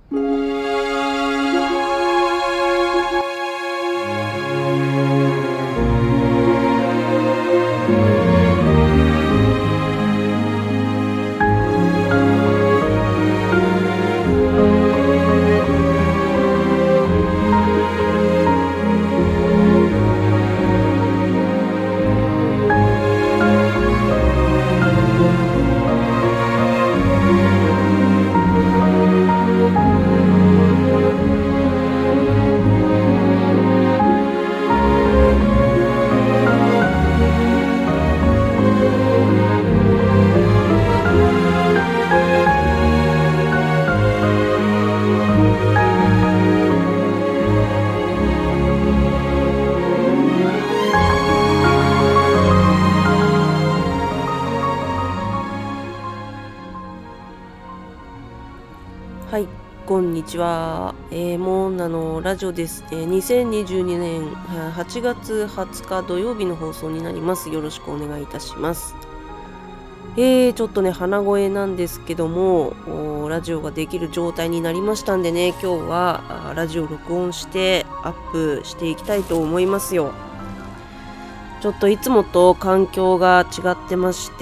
はい、こんにちは。モンナのラジオです。2022年8月20日土曜日の放送になります。よろしくお願いいたします。ちょっとね、鼻声なんですけども、ラジオができる状態になりましたんでね、今日はラジオ録音してアップしていきたいと思いますよ。ちょっといつもと環境が違ってまして、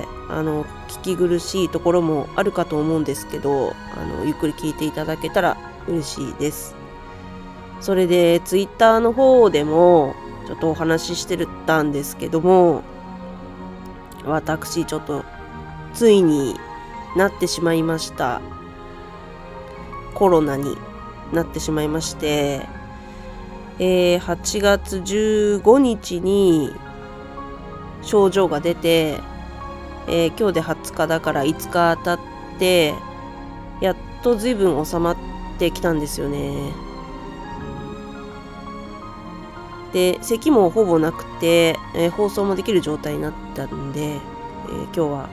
聞き苦しいところもあるかと思うんですけど、ゆっくり聞いていただけたら嬉しいです。それでツイッターの方でもちょっとお話ししてたんですけども、私ちょっとついになってしまいました。コロナになってしまいまして、8月15日に症状が出て、今日で20日だから5日経ってやっと随分収まってきたんですよね。で、咳もほぼなくて、放送もできる状態になったんで、今日は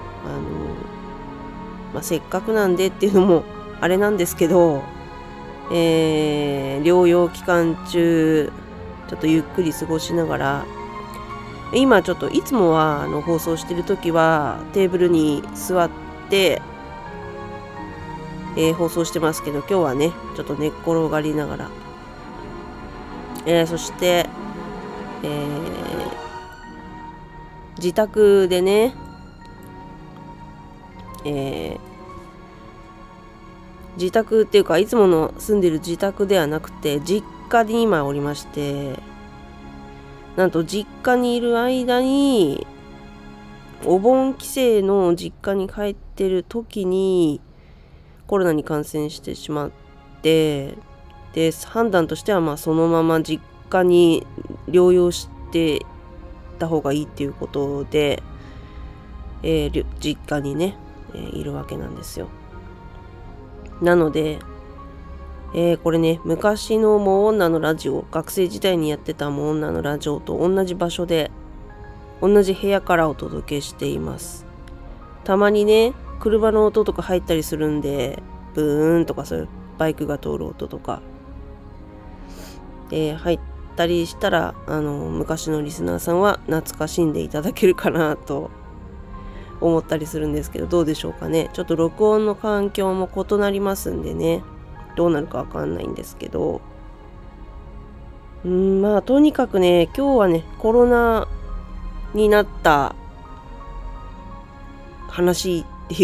せっかくなんでっていうのもあれなんですけど、療養期間中ちょっとゆっくり過ごしながら、今ちょっといつもは放送してる時はテーブルに座って、放送してますけど、今日はねちょっと寝っ転がりながら、そして、自宅でね、自宅っていうかいつもの住んでる自宅ではなくて実家に今おりまして、なんと実家にいる間にお盆帰省の実家に帰ってる時にコロナに感染してしまって、で判断としてはそのまま実家に療養してた方がいいっていうことで、実家にね、いるわけなんですよ。なので、これね、昔のモー女のラジオ、学生時代にやってたモー女のラジオと同じ場所で同じ部屋からお届けしています。たまにね、車の音とか入ったりするんで、ブーンとかそういうバイクが通る音とか、入ったりしたら昔のリスナーさんは懐かしんでいただけるかなと思ったりするんですけど、どうでしょうかね。ちょっと録音の環境も異なりますんでね、どうなるかわかんないんですけど、とにかくね、今日はねコロナになった話って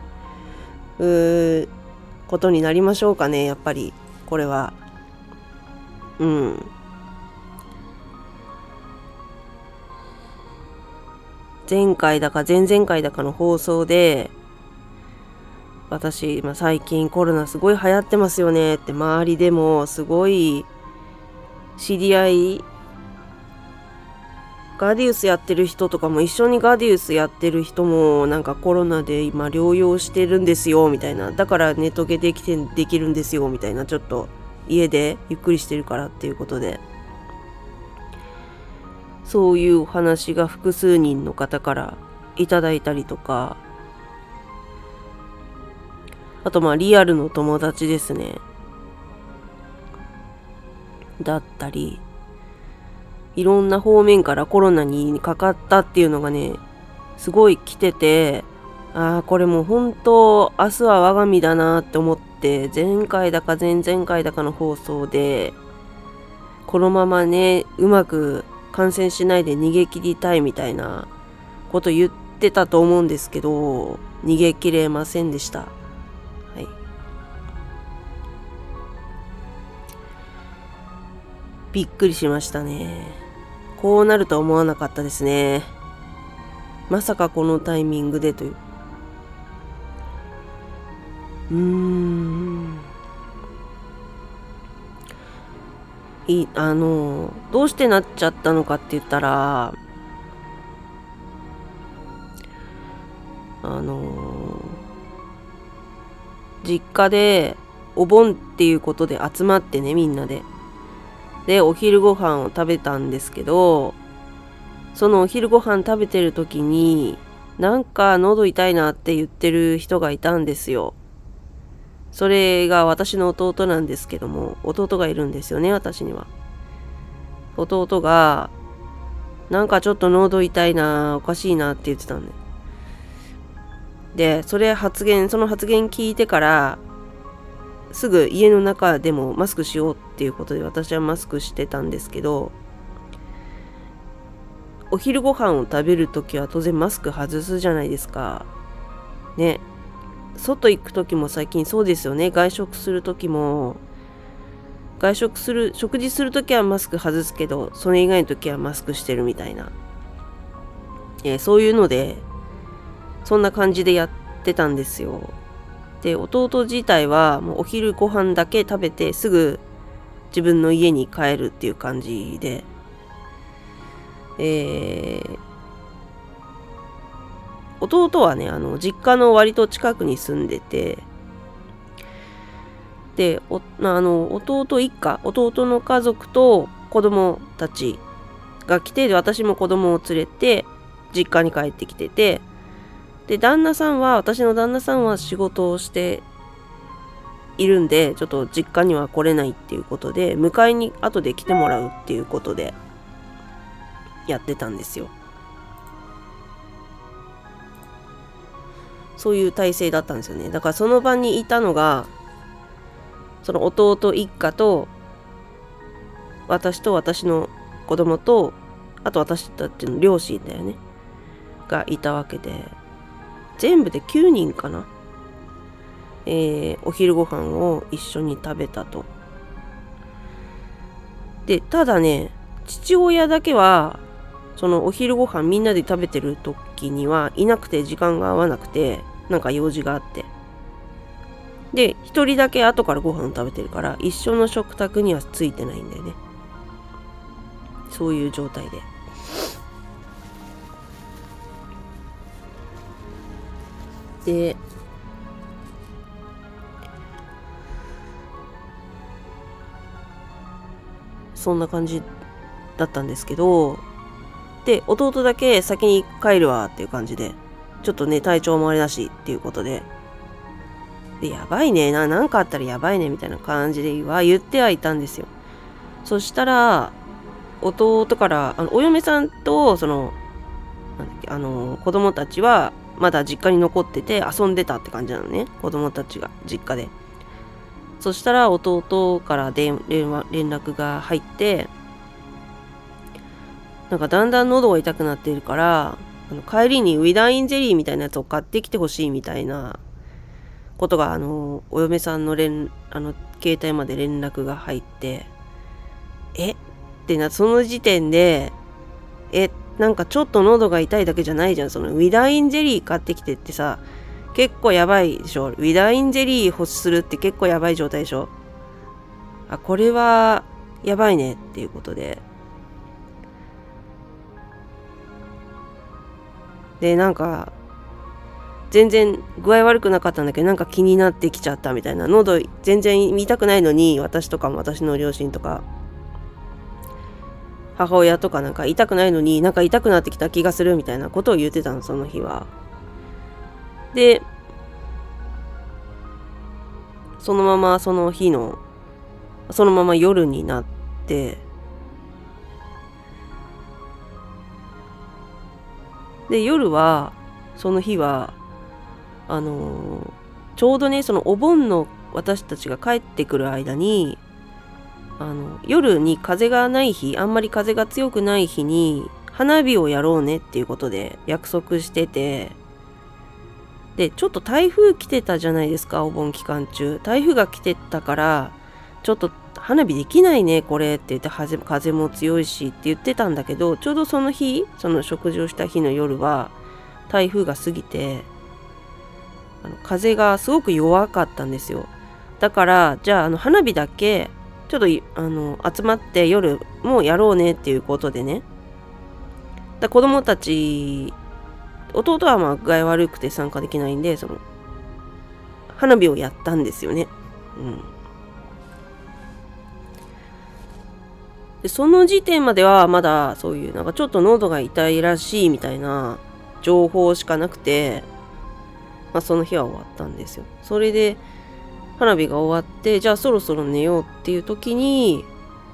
いうことになりましょうかね。やっぱりこれは前回だか前々回だかの放送で、私、最近コロナすごい流行ってますよねって周りでもすごい知り合い、ガディウスやってる人とかも一緒にガディウスやってる人もなんかコロナで今療養してるんですよみたいな、だからネトゲできるんですよみたいな、ちょっと家でゆっくりしてるからっていうことで、そういうお話が複数人の方からいただいたりとか、あとリアルの友達ですねだったり、いろんな方面からコロナにかかったっていうのがねすごい来てて、 これもう本当、明日は我が身だなって思って、前回だか前々回だかの放送で、このままね、うまく感染しないで逃げ切りたいみたいなこと言ってたと思うんですけど、逃げ切れませんでした。はい。びっくりしましたね。こうなるとは思わなかったですね。まさかこのタイミングでという。どうしてなっちゃったのかって言ったら、実家でお盆っていうことで集まってね、みんなで。で、お昼ご飯を食べたんですけど、そのお昼ご飯食べてる時に、なんか喉痛いなって言ってる人がいたんですよ。それが私の弟なんですけども、弟がいるんですよね、私には。弟が、なんかちょっと喉痛いな、おかしいなって言ってたんで。で、その発言聞いてから、すぐ家の中でもマスクしようっていうことで私はマスクしてたんですけど、お昼ご飯を食べるときは当然マスク外すじゃないですか。ね。外行くときも最近そうですよね。外食するときも、食事するときはマスク外すけど、それ以外のときはマスクしてるみたいな。そういうので、そんな感じでやってたんですよ。で、弟自体はもうお昼ご飯だけ食べてすぐ自分の家に帰るっていう感じで、弟はね、実家の割と近くに住んでて、で、弟一家、弟の家族と子供たちが来て、私も子供を連れて実家に帰ってきてて、で、私の旦那さんは仕事をしているんで、ちょっと実家には来れないっていうことで、迎えに後で来てもらうっていうことで、やってたんですよ。そういう体制だったんですよね。だからその場にいたのが、その弟一家と、私と私の子供と、あと私たちの両親だよね。がいたわけで、全部で9人かな。お昼ご飯を一緒に食べたと。で、ただね、父親だけは、そのお昼ご飯みんなで食べてる時にはいなくて、時間が合わなくて、なんか用事があって。で、一人だけ後からご飯食べてるから、一緒の食卓にはついてないんだよね。そういう状態で。で、そんな感じだったんですけど、で、弟だけ先に帰るわっていう感じで、ちょっとね、体調もあれだしっていうことで、で、やばいね、なんかあったらやばいねみたいな感じで言ってはいたんですよ。そしたら、弟から、お嫁さんと、子供たちは、まだ実家に残ってて遊んでたって感じなのね。子供たちが実家で。そしたら弟から連絡が入って、なんかだんだん喉が痛くなっているから、帰りにウィダーインゼリーみたいなやつを買ってきてほしいみたいなことが、お嫁さんの携帯まで連絡が入って、その時点で、なんかちょっと喉が痛いだけじゃないじゃん。そのウィダーインゼリー買ってきてってさ、結構やばいでしょ。ウィダーインゼリー欲するって結構やばい状態でしょ。これはやばいねっていうことで。で、なんか、全然具合悪くなかったんだけど、なんか気になってきちゃったみたいな。喉全然見たくないのに、私とかも私の両親とか、母親とかなんか痛くないのになんか痛くなってきた気がするみたいなことを言ってたの、その日は。で、そのまま夜になって、で、夜は、その日は、 ちょうどね、そのお盆の私たちが帰ってくる間に、夜に風がない日、あんまり風が強くない日に、花火をやろうねっていうことで約束してて、で、ちょっと台風来てたじゃないですか、お盆期間中。台風が来てたから、ちょっと花火できないね、これって言って、風も強いしって言ってたんだけど、ちょうどその日、その食事をした日の夜は、台風が過ぎて、風がすごく弱かったんですよ。だから、じゃあ、花火だけ、ちょっと集まって夜もやろうねっていうことでね。子供たち、弟はまあ具合悪くて参加できないんで、その花火をやったんですよね。でその時点まではまだそういうなんかちょっと喉が痛いらしいみたいな情報しかなくて、まあ、その日は終わったんですよ。それで花火が終わって、じゃあそろそろ寝ようっていう時に、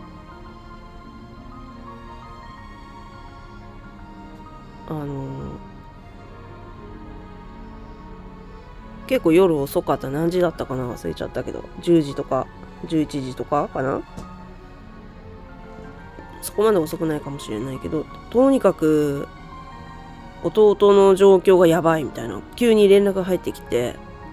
結構夜遅かった。何時だったかな忘れちゃったけど、10時とか11時とかかな。そこまで遅くないかもしれないけど、とにかく弟の状況がやばいみたいな急に連絡が入ってきて、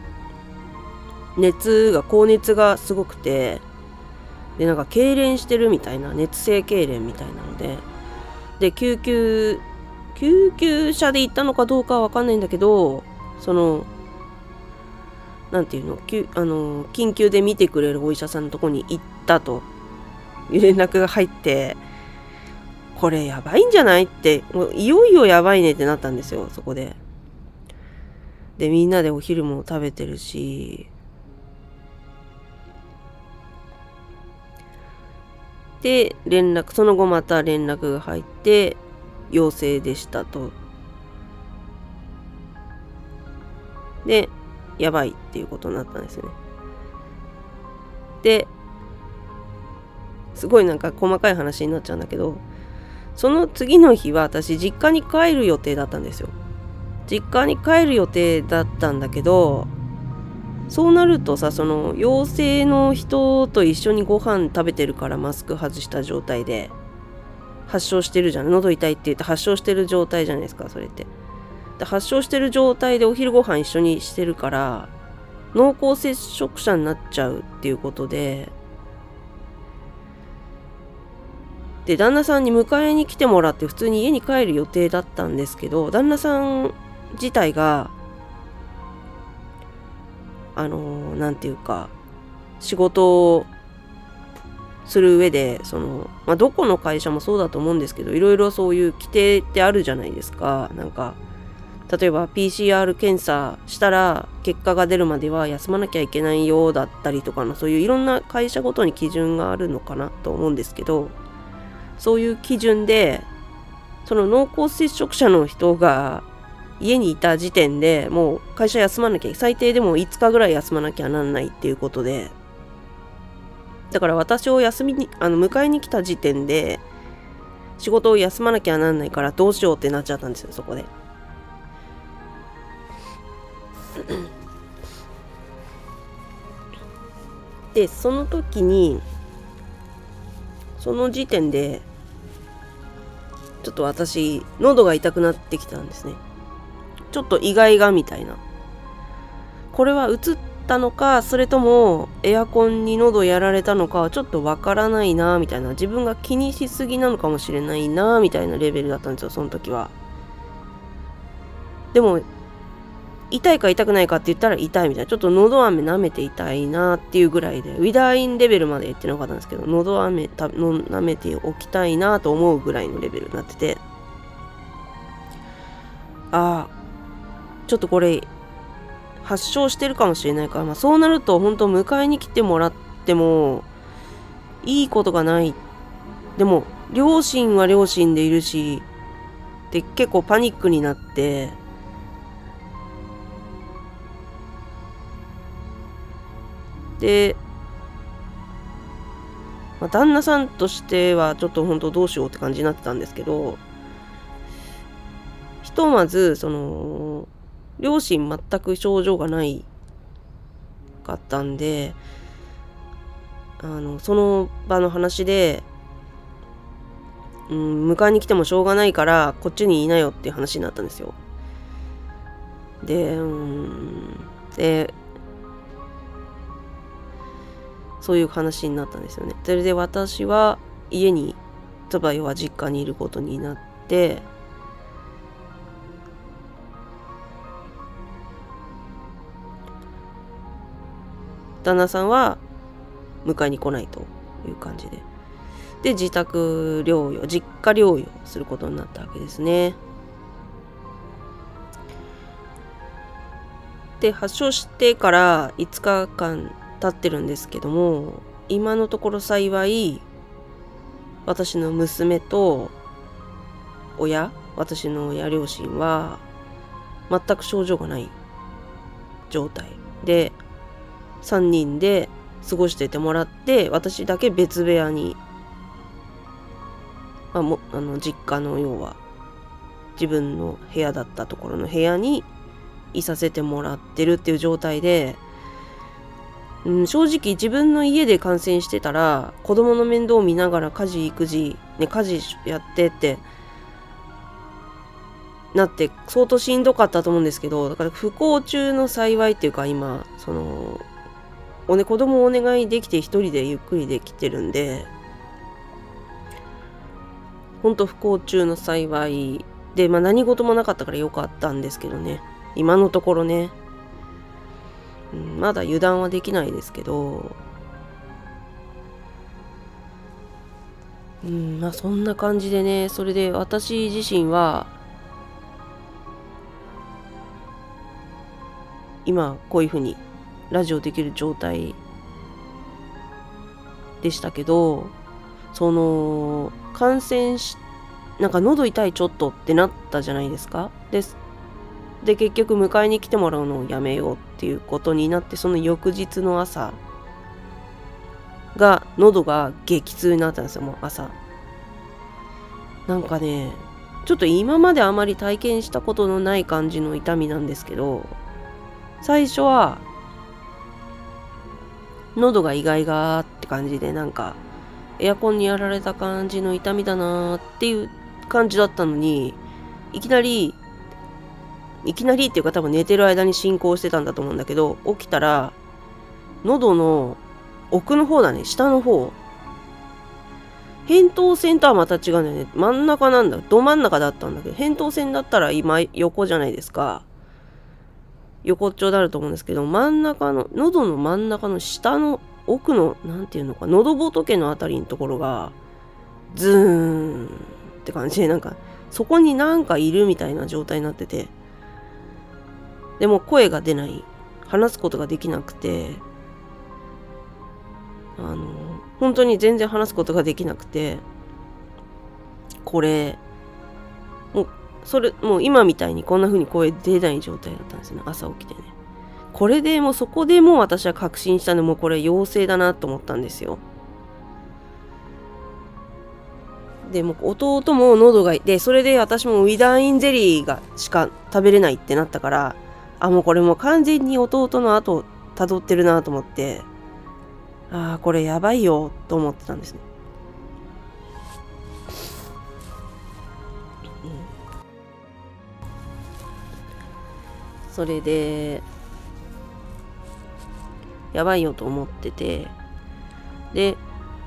高熱がすごくて、でなんか痙攣してるみたいな、熱性痙攣みたいなので、救急車で行ったのかどうかは分かんないんだけど、そのなんていうの、緊急で見てくれるお医者さんのとこに行ったという連絡が入って、これやばいんじゃないって、もういよいよやばいねってなったんですよ、そこで。で、みんなでお昼も食べてるし、で、その後また連絡が入って、陽性でしたと。で、やばいっていうことになったんですよね。で、すごいなんか細かい話になっちゃうんだけど、その次の日は私実家に帰る予定だったんですよ。実家に帰る予定だったんだけど、そうなるとさ、その陽性の人と一緒にご飯食べてるからマスク外した状態で発症してるじゃん。喉痛いって言って発症してる状態じゃないですか、それって。で発症してる状態でお昼ご飯一緒にしてるから濃厚接触者になっちゃうっていうことで、旦那さんに迎えに来てもらって普通に家に帰る予定だったんですけど、旦那さん自体がなんていうか、仕事をする上で、どこの会社もそうだと思うんですけど、いろいろそういう規定ってあるじゃないですか。なんか例えば PCR 検査したら結果が出るまでは休まなきゃいけないよだったりとかの、そういういろんな会社ごとに基準があるのかなと思うんですけど、そういう基準でその濃厚接触者の人が家にいた時点でもう会社休まなきゃ、最低でも5日ぐらい休まなきゃなんないっていうことで、だから私を迎えに来た時点で仕事を休まなきゃなんないからどうしようってなっちゃったんですよ、そこで。で、その時にその時点でちょっと私喉が痛くなってきたんですね。ちょっとイガイガみたいな。これはうつったのか、それともエアコンに喉やられたのかはちょっとわからないなみたいな、自分が気にしすぎなのかもしれないなみたいなレベルだったんですよ、その時は。でも痛いか痛くないかって言ったら痛いみたいな、ちょっと喉飴舐めて痛いなっていうぐらいで、ウィダーインレベルまで言ってなかったんですけど、喉飴舐めておきたいなと思うぐらいのレベルになってて、ちょっとこれ発症してるかもしれないから、そうなると本当迎えに来てもらってもいいことがない。でも両親は両親でいるし、で結構パニックになって、で、旦那さんとしてはちょっと本当どうしようって感じになってたんですけど、ひとまず両親全く症状がないかったんで、その場の話で、迎えに来てもしょうがないからこっちにいなよっていう話になったんですよ。で、そういう話になったんですよね。それで私は家に、つばよは実家にいることになって、旦那さんは迎えに来ないという感じで。で、自宅療養、実家療養することになったわけですね。で、発症してから5日間経ってるんですけども、今のところ幸い、私の娘と私の親両親は全く症状がない状態で、3人で過ごしててもらって、私だけ別部屋に、実家の要は自分の部屋だったところの部屋にいさせてもらってるっていう状態で、正直自分の家で感染してたら子供の面倒を見ながら家事育児、家事やってってなって相当しんどかったと思うんですけど、だから不幸中の幸いっていうか、今子供をお願いできて一人でゆっくりできてるんで、ほんと不幸中の幸いで、何事もなかったからよかったんですけどね、今のところね。まだ油断はできないですけど、そんな感じでね。それで私自身は今こういうふうにラジオできる状態でしたけど、感染し、喉痛いちょっとってなったじゃないですか。で結局迎えに来てもらうのをやめようっていうことになって、その翌日の朝が喉が激痛になったんですよ。もう朝ちょっと今まであまり体験したことのない感じの痛みなんですけど、最初は喉がイガイガーって感じで、エアコンにやられた感じの痛みだなーっていう感じだったのに、いきなりっていうか、多分寝てる間に進行してたんだと思うんだけど、起きたら喉の奥の方だね、下の方、扁桃腺とはまた違うんだよね。真ん中なんだ、ど真ん中だったんだけど、扁桃腺だったら今横じゃないですか、横っちょであると思うんですけど、喉の真ん中の下の奥の喉仏のあたりのところがズーンって感じで、そこにいるみたいな状態になってて、でも声が出ない、話すことができなくて、本当に全然話すことができなくて、これもう今みたいにこんな風に声出ない状態だったんですね、朝起きてね。これでそこで私は確信したのも、これ陽性だなと思ったんですよ。でも弟も喉がで、それで私もウィダーインゼリーがしか食べれないってなったから、もうこれもう完全に弟の後を辿ってるなと思って、これやばいよと思ってたんですね。それでやばいよと思ってて、で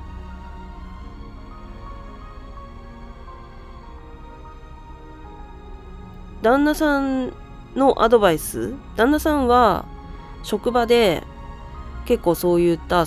旦那さんのアドバイス、旦那さんは職場で結構そういった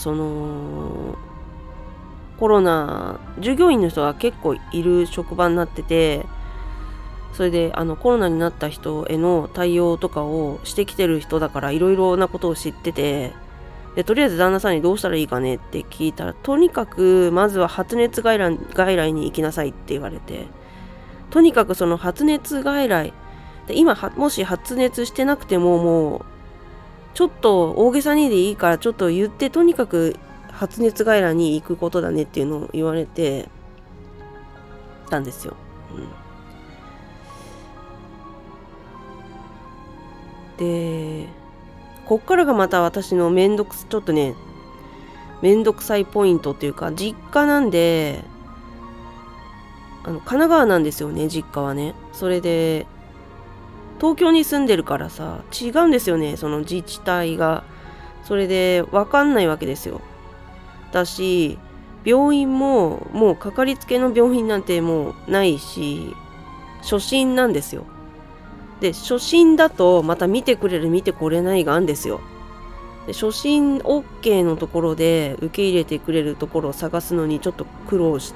コロナ従業員の人が結構いる職場になってて、それでコロナになった人への対応とかをしてきてる人だから、いろいろなことを知ってて、でとりあえず旦那さんにどうしたらいいかねって聞いたら、とにかくまずは発熱外来に行きなさいって言われて、とにかくその発熱外来で、今もし発熱してなくても、もうちょっと大げさにでいいからちょっと言って、とにかく発熱外来に行くことだねっていうのを言われてたんですよ。 でこっからがまた私のちょっとねめんどくさいポイントっていうか、実家なんで神奈川なんですよね、実家はね。それで東京に住んでるからさ、違うんですよね、その自治体が。それで分かんないわけですよ。だし病院ももうかかりつけの病院なんてもうないし、初診なんですよ。で初診だとまた見てくれる見てこれないがあるんですよ。で初診 OK のところで受け入れてくれるところを探すのにちょっと苦労して、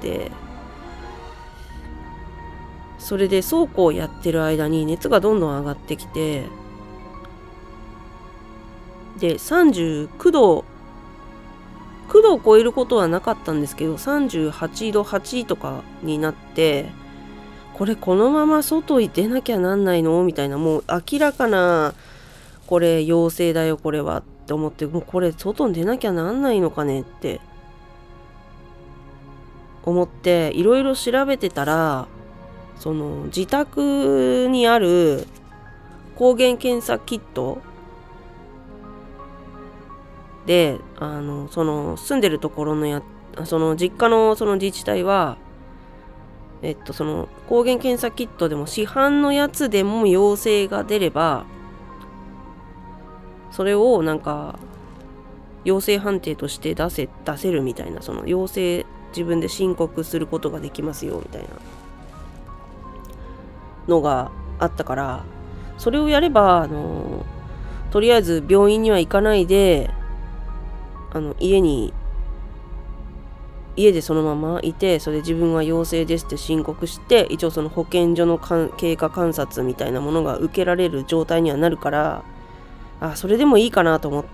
それでそうこうやってる間に熱がどんどん上がってきて、で39度を超えることはなかったんですけど、38度8とかになって、このまま外に出なきゃなんないのみたいな、もう明らかなこれ陽性だよこれはって思って、もうこれ外に出なきゃなんないのかねって思っていろいろ調べてたら、その自宅にある抗原検査キットで、その住んでるところのその実家のその自治体は、その抗原検査キットでも市販のやつでも陽性が出れば、それをなんか陽性判定として出せるみたいな、その陽性自分で申告することができますよみたいなのがあったから、それをやればとりあえず病院には行かないで家でそのままいて、それで自分は陽性ですって申告して、一応その保健所の経過観察みたいなものが受けられる状態にはなるから、それでもいいかなと思って、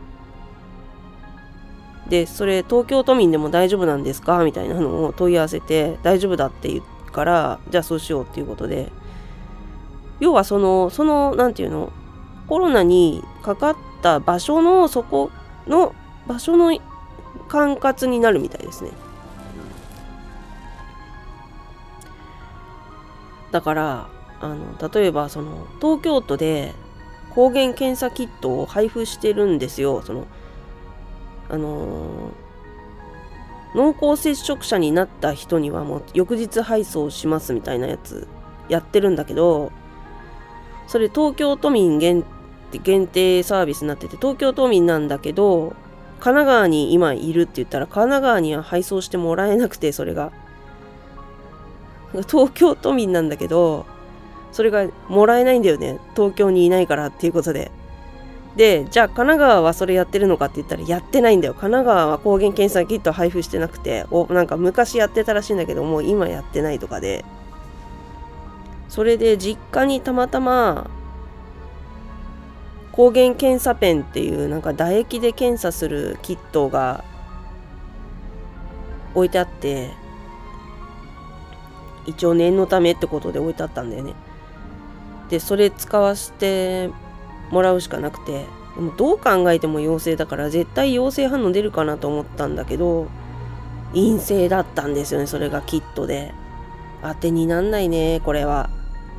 でそれ東京都民でも大丈夫なんですかみたいなのを問い合わせて、大丈夫だって言うから、じゃあそうしようっていうことで、要はそのなんていうの、コロナにかかった場所のそこの場所の管轄になるみたいですね。だから例えばその東京都で抗原検査キットを配布してるんですよ。その濃厚接触者になった人にはもう翌日配送しますみたいなやつやってるんだけど、それ東京都民限定サービスになってて、東京都民なんだけど神奈川に今いるって言ったら、神奈川には配送してもらえなくて、それが東京都民なんだけどそれがもらえないんだよね、東京にいないからっていうことで。でじゃあ神奈川はそれやってるのかって言ったらやってないんだよ。神奈川は抗原検査キット配布してなくて、なんか昔やってたらしいんだけどもう今やってないとかで、それで実家にたまたま抗原検査ペンっていうなんか唾液で検査するキットが置いてあって、一応念のためってことで置いてあったんだよね。でそれ使わせてもらうしかなくて、でもどう考えても陽性だから絶対陽性反応出るかなと思ったんだけど、陰性だったんですよね。それがキットで当てになんないねこれは。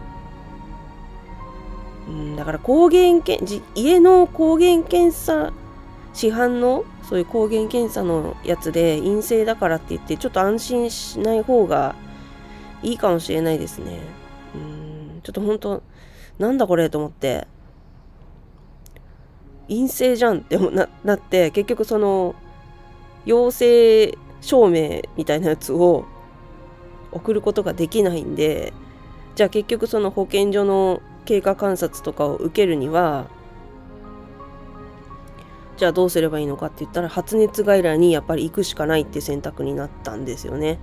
だから家の抗原検査市販のそういう抗原検査のやつで陰性だからって言ってちょっと安心しない方がいいかもしれないですね。ちょっと本当なんだこれと思って、陰性じゃんってなって、結局その陽性証明みたいなやつを送ることができないんで、じゃあ結局その保健所の経過観察とかを受けるにはじゃあどうすればいいのかって言ったら、発熱外来にやっぱり行くしかないって選択になったんですよね。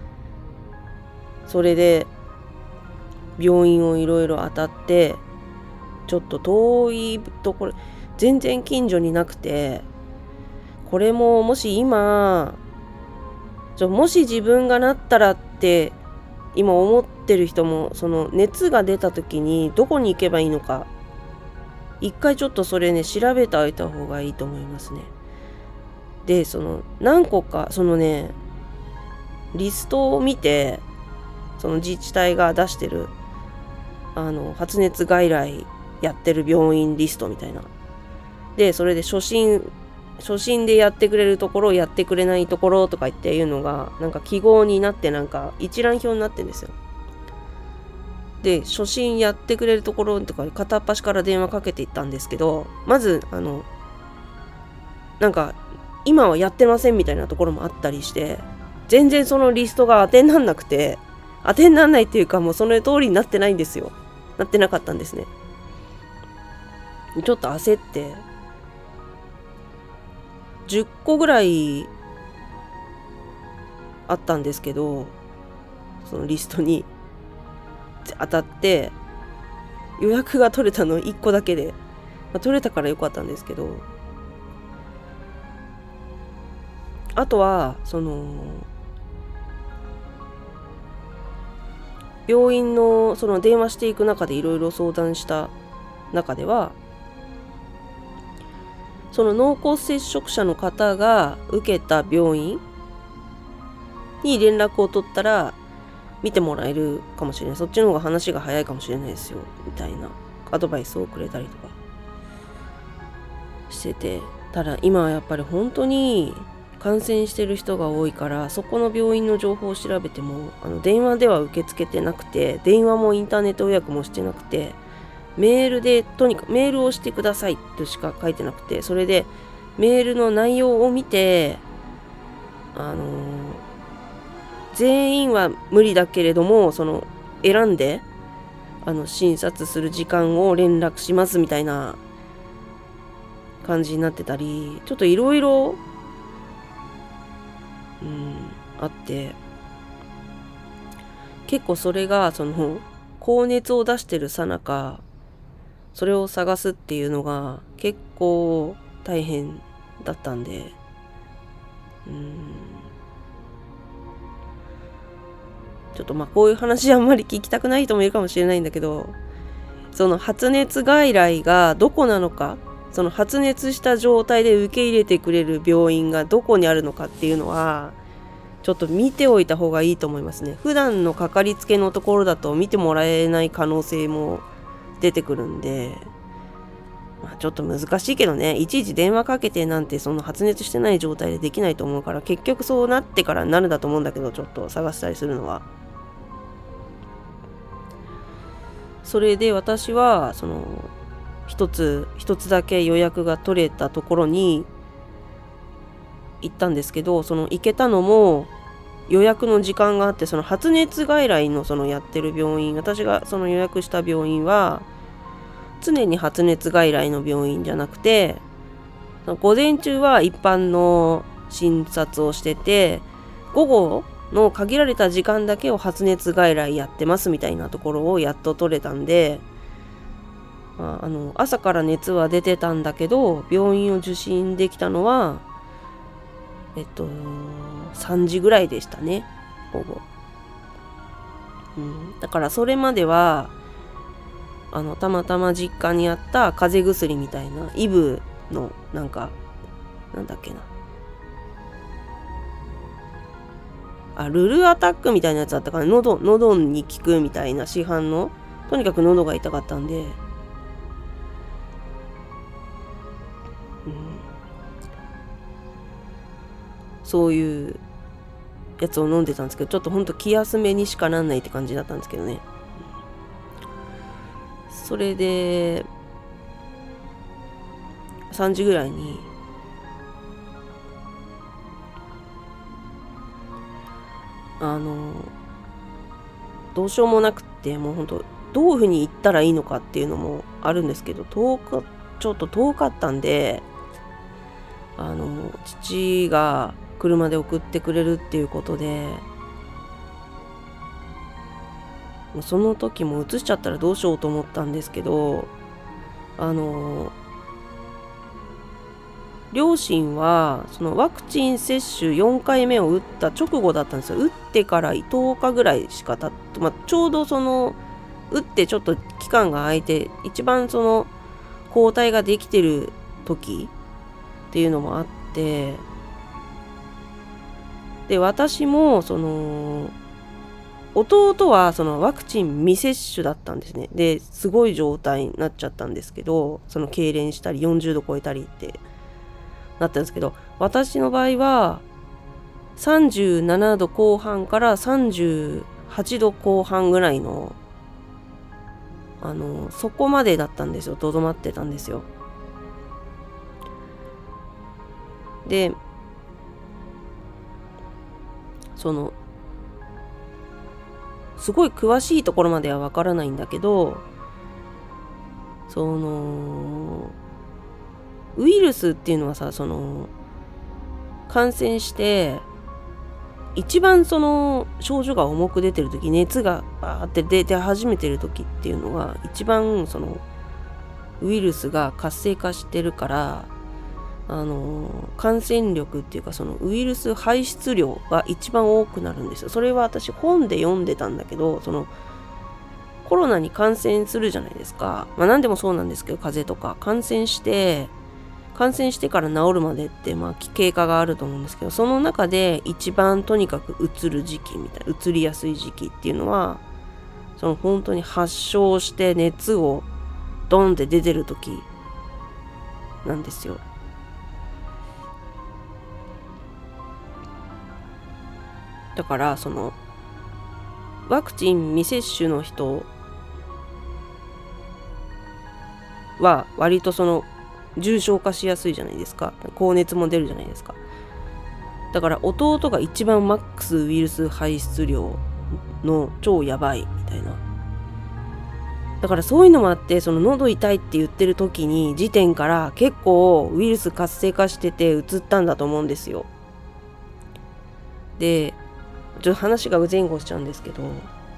それで病院をいろいろ当たって、ちょっと遠いところ全然近所になくて、これももし今もし自分がなったらって今思ってる人も、その熱が出た時にどこに行けばいいのか一回ちょっとそれね調べておいた方がいいと思いますね。でその何個かそのねリストを見て、その自治体が出してる発熱外来やってる病院リストみたいな。で、それで初診でやってくれるところ、やってくれないところとか言っていうのが、なんか記号になって、なんか一覧表になってるんですよ。で、初診やってくれるところとか片っ端から電話かけていったんですけど、まず、なんか、今はやってませんみたいなところもあったりして、全然そのリストが当てになんなくて、当てになんないっていうか、もうその通りになってないんですよ。なってなかったんですね。ちょっと焦って、10個ぐらいあったんですけど、そのリストに当たって、予約が取れたの1個だけで、取れたからよかったんですけど、あとは、病院のその電話していく中でいろいろ相談した中では、その濃厚接触者の方が受けた病院に連絡を取ったら見てもらえるかもしれない。そっちの方が話が早いかもしれないですよ。みたいなアドバイスをくれたりとかしてて。ただ今はやっぱり本当に感染してる人が多いから、そこの病院の情報を調べても、電話では受け付けてなくて、電話もインターネット予約もしてなくて、メールで、とにかくメールをしてくださいとしか書いてなくて、それでメールの内容を見て、全員は無理だけれども、選んで、診察する時間を連絡しますみたいな感じになってたり、ちょっといろいろ、あって、結構それが、高熱を出してるさなか、それを探すっていうのが結構大変だったんで、ちょっとこういう話あんまり聞きたくない人もいるかもしれないんだけど、その発熱外来がどこなのか、その発熱した状態で受け入れてくれる病院がどこにあるのかっていうのはちょっと見ておいた方がいいと思いますね。普段のかかりつけのところだと見てもらえない可能性も出てくるんで、ちょっと難しいけどね、いちいち電話かけてなんてその発熱してない状態でできないと思うから、結局そうなってからなるんだと思うんだけど、ちょっと探したりするのは。それで私は一つだけ予約が取れたところに行ったんですけど、行けたのも予約の時間があって、その発熱外来のやってる病院、私が予約した病院は常に発熱外来の病院じゃなくて、午前中は一般の診察をしてて、午後の限られた時間だけを発熱外来やってますみたいなところをやっと取れたんで、朝から熱は出てたんだけど、病院を受診できたのは3時ぐらいでしたね、午後。だからそれまではたまたま実家にあった風邪薬みたいなイブのなんだっけな、ルルアタックみたいなやつだったかな、喉に効くみたいな市販の、とにかく喉が痛かったんで、そういうやつを飲んでたんですけど、ちょっとほんと気休めにしかなんないって感じだったんですけどね。それで3時ぐらいにどうしようもなくって、もうほんとどういうふうに行ったらいいのかっていうのもあるんですけど、ちょっと遠かったんで、父が車で送ってくれるっていうことで、その時も移しちゃったらどうしようと思ったんですけど、両親はそのワクチン接種4回目を打った直後だったんですよ。打ってから10日ぐらいしか経って、ちょうど打ってちょっと期間が空いて、一番抗体ができてる時っていうのもあって、 弟はそのワクチン未接種だったんですね。ですごい状態になっちゃったんですけど、その痙攣したり40度超えたりってなったんですけど、私の場合は37度後半から38度後半ぐらいのそこまでだったんですよ。とどまってたんですよ。で、すごい詳しいところまではわからないんだけど、ウイルスっていうのはさ、感染して一番症状が重く出てる時、熱がバーって出始めてる時っていうのは一番ウイルスが活性化してるから、感染力っていうかウイルス排出量が一番多くなるんですよ。それは私本で読んでたんだけど、コロナに感染するじゃないですか。何でもそうなんですけど、風邪とか感染してから治るまでって経過があると思うんですけど、その中で一番とにかく移る時期移りやすい時期っていうのは本当に発症して熱をドンって出てる時なんですよ。だからワクチン未接種の人は割と重症化しやすいじゃないですか。高熱も出るじゃないですか。だから弟が一番マックスウイルス排出量の超やばいみたいな。だからそういうのもあって、喉痛いって言ってる時に時点から結構ウイルス活性化してて移ったんだと思うんですよ。で、ちょっと話が前後しちゃうんですけど、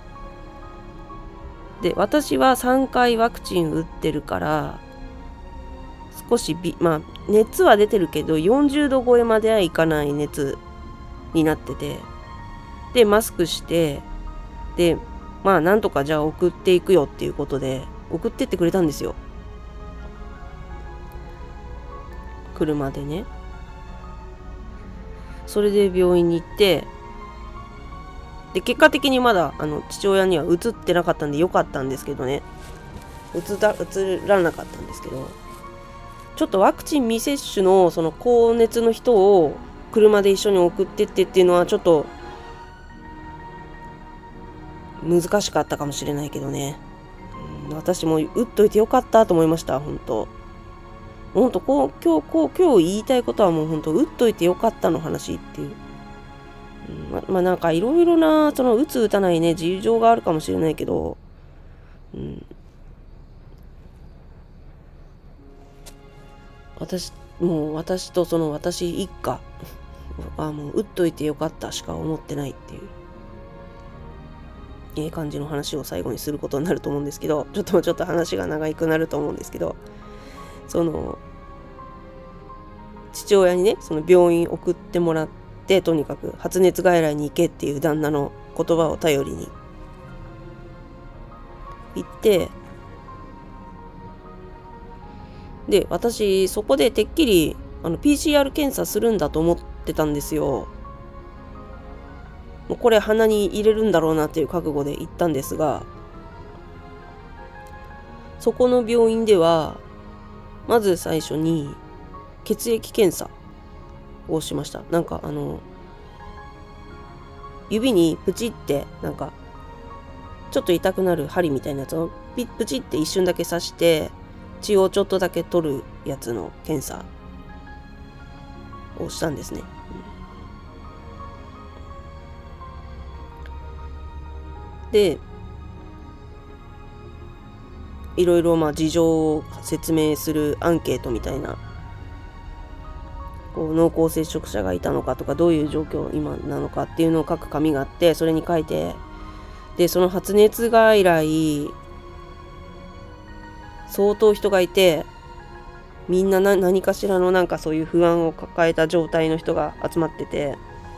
で私は3回ワクチン打ってるから少し熱は出てるけど40度超えまではいかない熱になってて、でマスクして、でなんとかじゃあ送っていくよっていうことで送ってってくれたんですよ、車でね。それで病院に行って、で結果的にまだ父親には移ってなかったんでよかったんですけどね、移らなかったんですけど、ちょっとワクチン未接種の高熱の人を車で一緒に送ってっていうのはちょっと難しかったかもしれないけどね、私も打っといてよかったと思いました。本当今日言いたいことはもう本当打っといてよかったの話っていう、なんかいろいろな打つ打たないね事情があるかもしれないけど、私と私一家はもう打っといてよかったしか思ってないっていう感じの話を最後にすることになると思うんですけど、ちょっと話が長くなると思うんですけど、父親にね病院送ってもらって、とにかく発熱外来に行けっていう旦那の言葉を頼りに行って、で私そこでてっきりPCR 検査するんだと思ってたんですよ。もうこれ鼻に入れるんだろうなっていう覚悟で行ったんですが、そこの病院ではまず最初に血液検査をしました。なんか指にプチってちょっと痛くなる針みたいなやつをプチって一瞬だけ刺して血をちょっとだけ取るやつの検査をしたんですね。でいろいろ事情を説明するアンケートみたいな、濃厚接触者がいたのかとか、どういう状況今なのかっていうのを書く紙があって、それに書いて、でその発熱外来相当人がいて、みんな何かしらのそういう不安を抱えた状態の人が集まってて、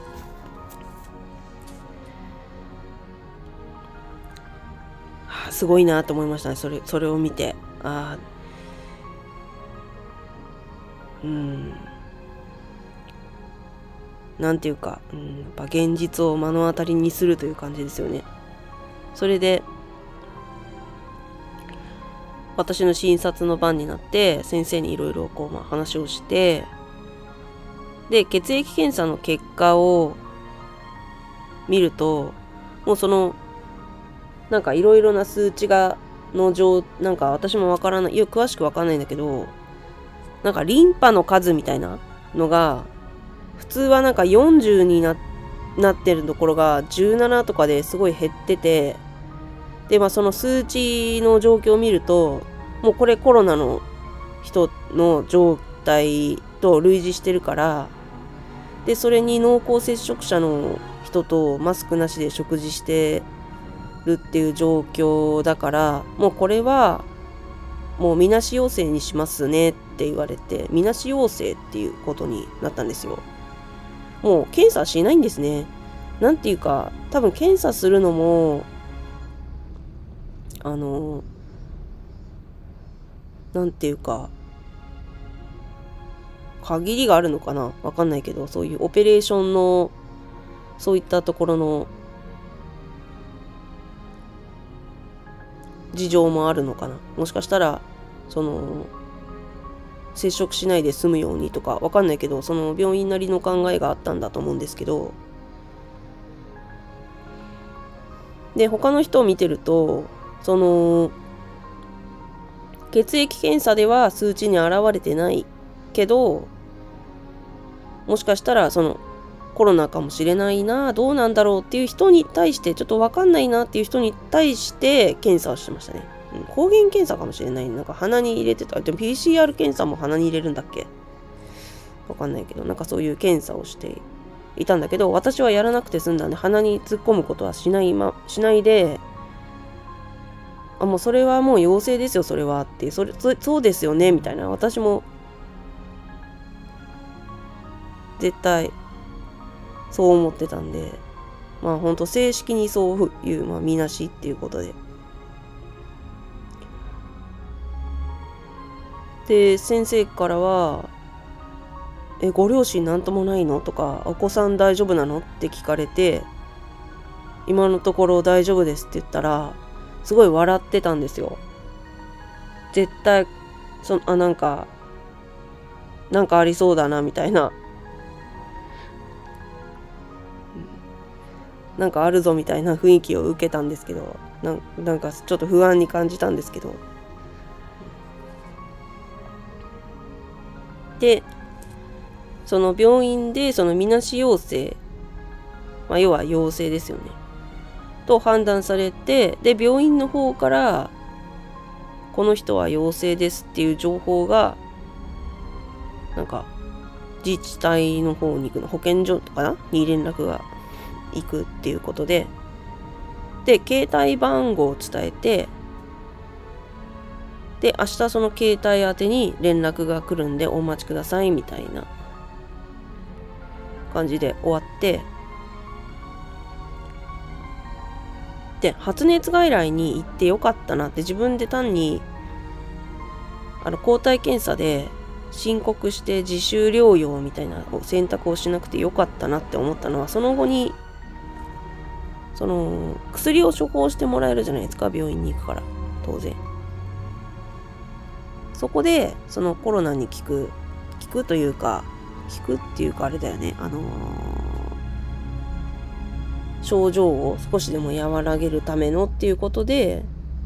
すごいなと思いましたね。それを見て、なんていうか、やっぱ現実を目の当たりにするという感じですよね。 それで私の診察の番になって先生にいろいろ話をして、で血液検査の結果を見ると、もうなんかいろいろな数値がなんか私もわからない、詳しくわかんないんだけど、なんかリンパの数みたいなのが普通はなんか40になってるところが17とかですごい減ってて、でその数値の状況を見ると、もうこれコロナの人の状態と類似してるから、でそれに濃厚接触者の人とマスクなしで食事してるっていう状況だから、もうこれはもうみなし陽性にしますねって言われて、みなし陽性っていうことになったんですよ。もう検査しないんですね。なんていうか、多分検査するのもなんていうか限りがあるのかな、わかんないけど、そういうオペレーションのそういったところの事情もあるのかな。もしかしたら接触しないで済むようにとかわかんないけど、その病院なりの考えがあったんだと思うんですけど、で他の人を見てると、血液検査では数値に現れてないけど、もしかしたらコロナかもしれないな、どうなんだろうっていう人に対して、ちょっと分かんないなっていう人に対して検査をしてましたね。抗原検査かもしれない。なんか鼻に入れてた。でも PCR 検査も鼻に入れるんだっけ、分かんないけど、なんかそういう検査をしていたんだけど、私はやらなくて済んだんで、鼻に突っ込むことはしないで、もうそれはもう陽性ですよ、それはって、そうですよねみたいな、私も絶対そう思ってたんで、本当正式にそういう、みなしっていうことで。で、先生からは、ご両親なんともないのとか、お子さん大丈夫なのって聞かれて、今のところ大丈夫ですって言ったら、すごい笑ってたんですよ。絶対、なんかありそうだな、みたいな。なんかあるぞみたいな雰囲気を受けたんですけど、なんかちょっと不安に感じたんですけど。で、その病院でみなし陽性、要は陽性ですよね。と判断されて、で、病院の方から、この人は陽性ですっていう情報が、なんか、自治体の方に行くの、保健所とかなに連絡が行くっていうことで、で、携帯番号を伝えて、で、明日その携帯宛てに連絡が来るんでお待ちくださいみたいな感じで終わって、で、発熱外来に行ってよかったなって、自分で単に抗体検査で申告して自主療養みたいな選択をしなくてよかったなって思ったのは、その後に薬を処方してもらえるじゃないですか、病院に行くから、当然。そこでコロナに効くっていうかあれだよね、症状を少しでも和らげるためのっていうことで、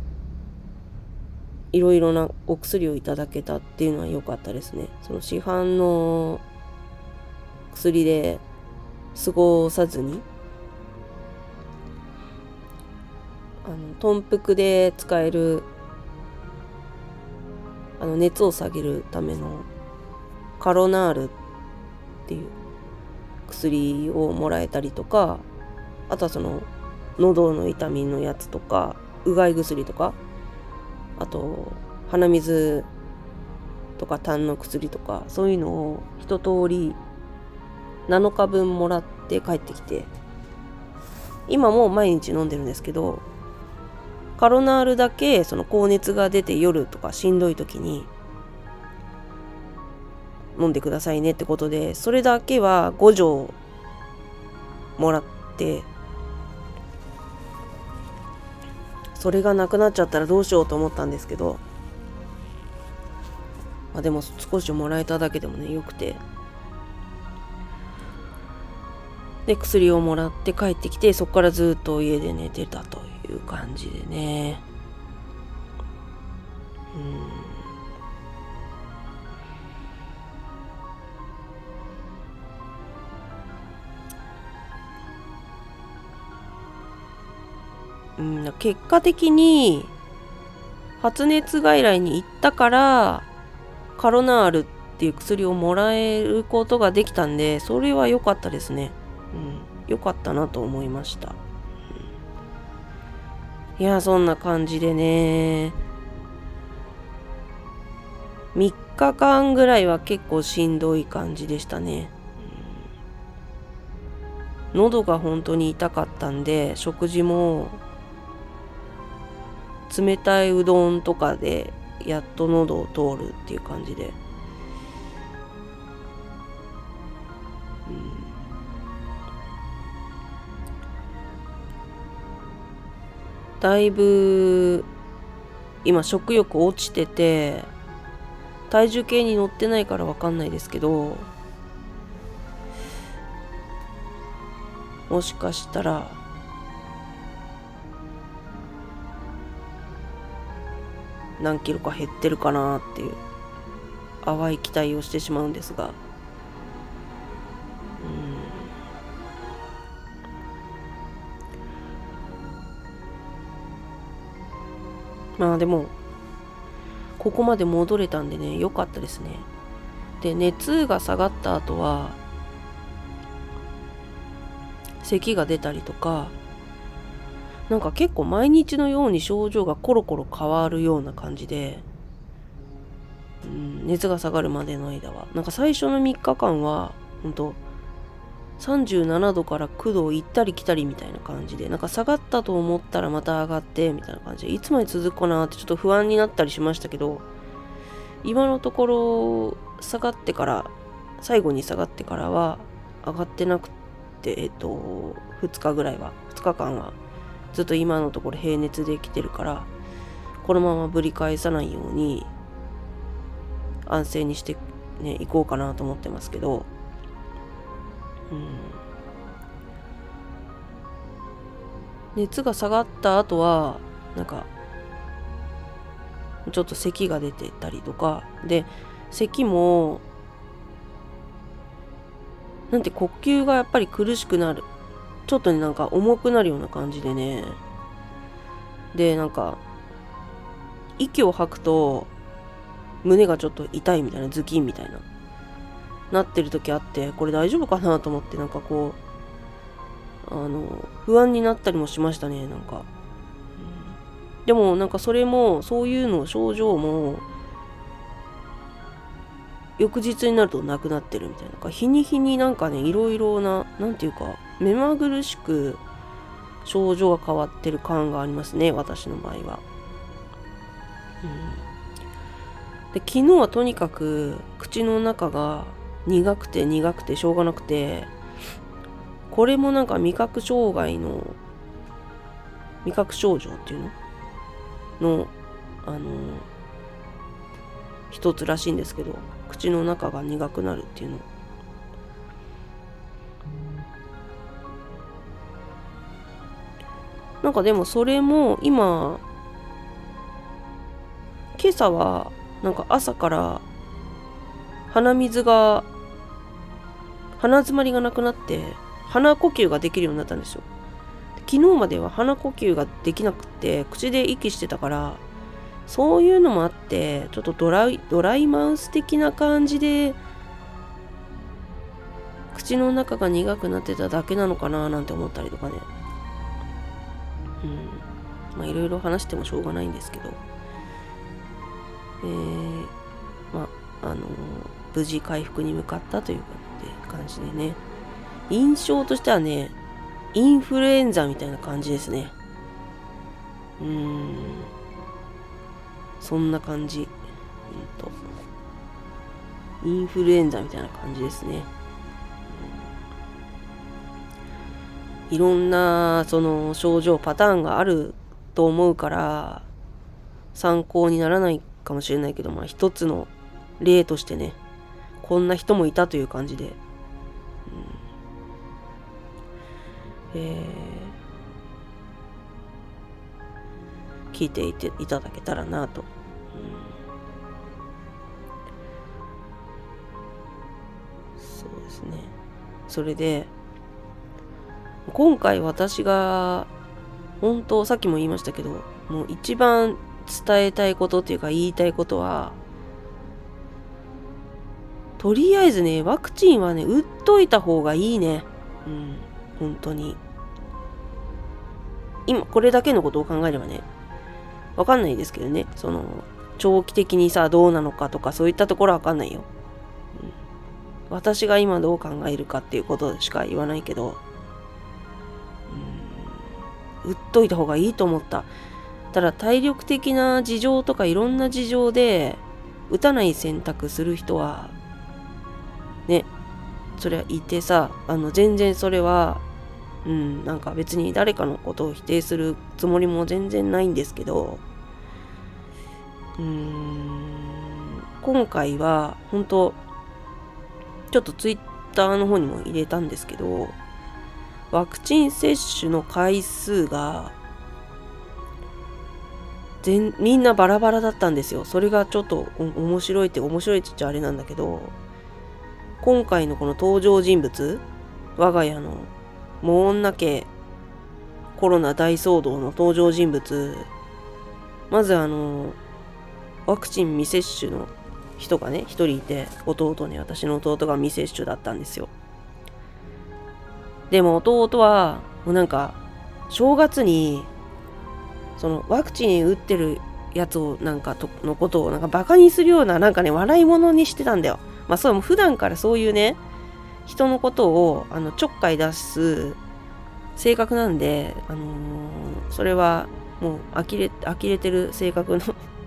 いろいろなお薬をいただけたっていうのは良かったですね。市販の薬で過ごさずに、豚腹で使える熱を下げるためのカロナールっていう薬をもらえたりとか、あとは喉の痛みのやつとか、うがい薬とか、あと鼻水とか痰の薬とか、そういうのを一通り7日分もらって帰ってきて、今も毎日飲んでるんですけど、カロナールだけ高熱が出て夜とかしんどい時に飲んでくださいねってことで、それだけは5錠もらって、 それがなくなっちゃったらどうしようと思ったんですけど、でも少しもらえただけでもねよくて、で薬をもらって帰ってきて、そこからずっと家で寝てたという感じでね。結果的に発熱外来に行ったからカロナールっていう薬をもらえることができたんで、それは良かったですね。良かったなと思いました。いや、そんな感じでね、3日間ぐらいは結構しんどい感じでしたね。喉が本当に痛かったんで、食事も冷たいうどんとかでやっと喉を通るっていう感じで、だいぶ今食欲落ちてて、体重計に乗ってないからわかんないですけど、もしかしたら何キロか減ってるかなっていう淡い期待をしてしまうんですが、でもここまで戻れたんでね、良かったですね。で、熱が下がった後は咳が出たりとか、なんか結構毎日のように症状がコロコロ変わるような感じで、熱が下がるまでの間はなんか最初の3日間はほんと37度から9度を行ったり来たりみたいな感じで、なんか下がったと思ったらまた上がってみたいな感じで、いつまで続くかなってちょっと不安になったりしましたけど、今のところ下がってから、最後に下がってからは上がってなくて、2日ぐらいは、2日間はずっと今のところ平熱で来てるから、このままぶり返さないように安静にしてね行こうかなと思ってますけど、熱が下がった後はなんかちょっと咳が出てたりとかで、咳もなんて呼吸がやっぱり苦しくなる、ちょっとねなんか重くなるような感じでね、でなんか息を吐くと胸がちょっと痛いみたいな、ズキンみたいななってる時あって、これ大丈夫かなと思って、なんかこう不安になったりもしましたね。なんか、でもなんかそれもそういうの症状も翌日になるとなくなってるみたいな、日に日になんかねいろいろな、なんていうか目まぐるしく症状が変わってる感がありますね、私の場合は。で、昨日はとにかく口の中が苦くてしょうがなくて、これもなんか味覚障害の味覚症状っていうの一つらしいんですけど、口の中が苦くなるっていうの。なんかでもそれも今朝はなんか朝から鼻詰まりがなくなって鼻呼吸ができるようになったんですよ。昨日までは鼻呼吸ができなくて口で息してたから、そういうのもあってちょっとドライマウス的な感じで口の中が苦くなってただけなのかななんて思ったりとかね。いろいろ話してもしょうがないんですけど、無事回復に向かったという感じでね、印象としてはねインフルエンザみたいな感じですね。そんな感じ、インフルエンザみたいな感じですね。いろんなその症状パターンがあると思うから参考にならないかもしれないけど、一つの例としてね、こんな人もいたという感じで、聞いていただけたらなと。そうですね。それで今回私が本当さっきも言いましたけど、もう一番伝えたいことっていうか言いたいことは、とりあえずね、ワクチンはね、打っといた方がいいね。本当に。今これだけのことを考えればね、わかんないですけどね、長期的にさどうなのかとかそういったところはわかんないよ。私が今どう考えるかっていうことしか言わないけど、打っといた方がいいと思った。ただ体力的な事情とかいろんな事情で打たない選択する人はね、それはいてさ、全然それはなんか別に誰かのことを否定するつもりも全然ないんですけど、今回は本当ちょっとツイッターの方にも入れたんですけど、ワクチン接種の回数がみんなバラバラだったんですよ。それがちょっと面白いって言っちゃあれなんだけど、今回のこの登場人物、我が家のモーンナ家コロナ大騒動の登場人物、まずワクチン未接種の人がね、一人いて、私の弟が未接種だったんですよ。でも弟は、もうなんか、正月に、ワクチン打ってるやつをのことをバカにするような笑い物にしてたんだよ。そう、普段からそういうね、人のことをちょっかい出す性格なんで、それはもう呆れてる性格の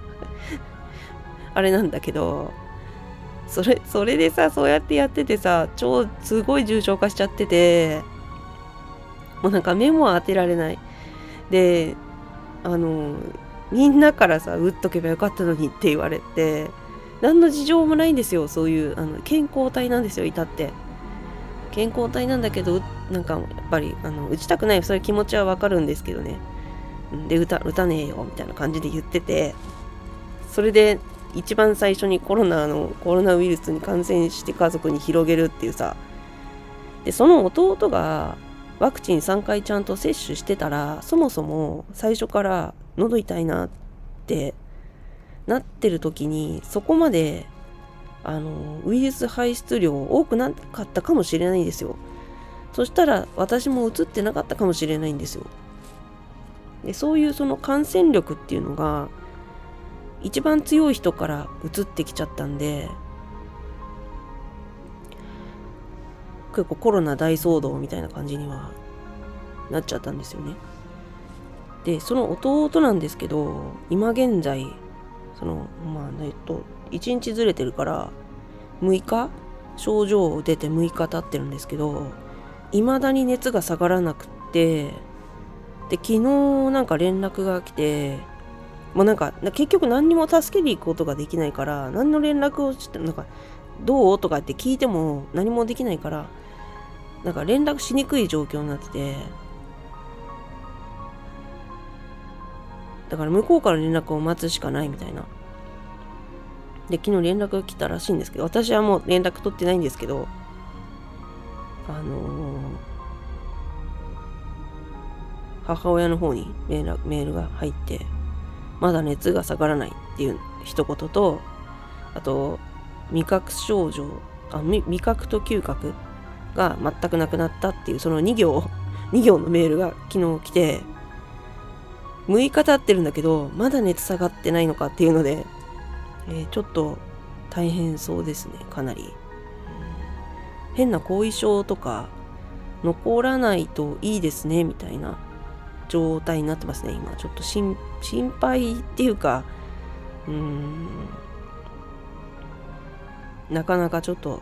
あれなんだけど、それでさ、そうやってやっててさ、すごい重症化しちゃってて、もう目も当てられない。で、みんなからさ、打っとけばよかったのにって言われて、何の事情もないんですよ。そういう健康体なんですよ、いたって。健康体なんだけど、やっぱり打ちたくない、そういう気持ちはわかるんですけどね。で、打たねえよみたいな感じで言ってて、それで一番最初にコロナウイルスに感染して家族に広げるっていうさ。で、その弟がワクチン3回ちゃんと接種してたら、そもそも最初から喉痛いなってなってる時に、そこまでウイルス排出量多くなかったかもしれないんですよ。そしたら私も移ってなかったかもしれないんですよ。で、そういうその感染力っていうのが一番強い人から移ってきちゃったんで、結構コロナ大騒動みたいな感じにはなっちゃったんですよね。で、その弟なんですけど、今現在1日ずれてるから6日症状出て6日経ってるんですけど、未だに熱が下がらなくって、で、昨日連絡が来て、もう結局何にも助けに行くことができないから、何の連絡をしてどうとかって聞いても何もできないから、連絡しにくい状況になってて、だから向こうから連絡を待つしかないみたいな。で、昨日連絡が来たらしいんですけど、私はもう連絡取ってないんですけど、母親の方にメールが入って、まだ熱が下がらないっていう一言と、あと味覚と嗅覚が全くなくなったっていうその2行のメールが昨日来て、6日経ってるんだけどまだ熱下がってないのかっていうので、ちょっと大変そうですね。かなり、変な後遺症とか残らないといいですねみたいな状態になってますね。今ちょっと心配っていうか、なかなかちょっと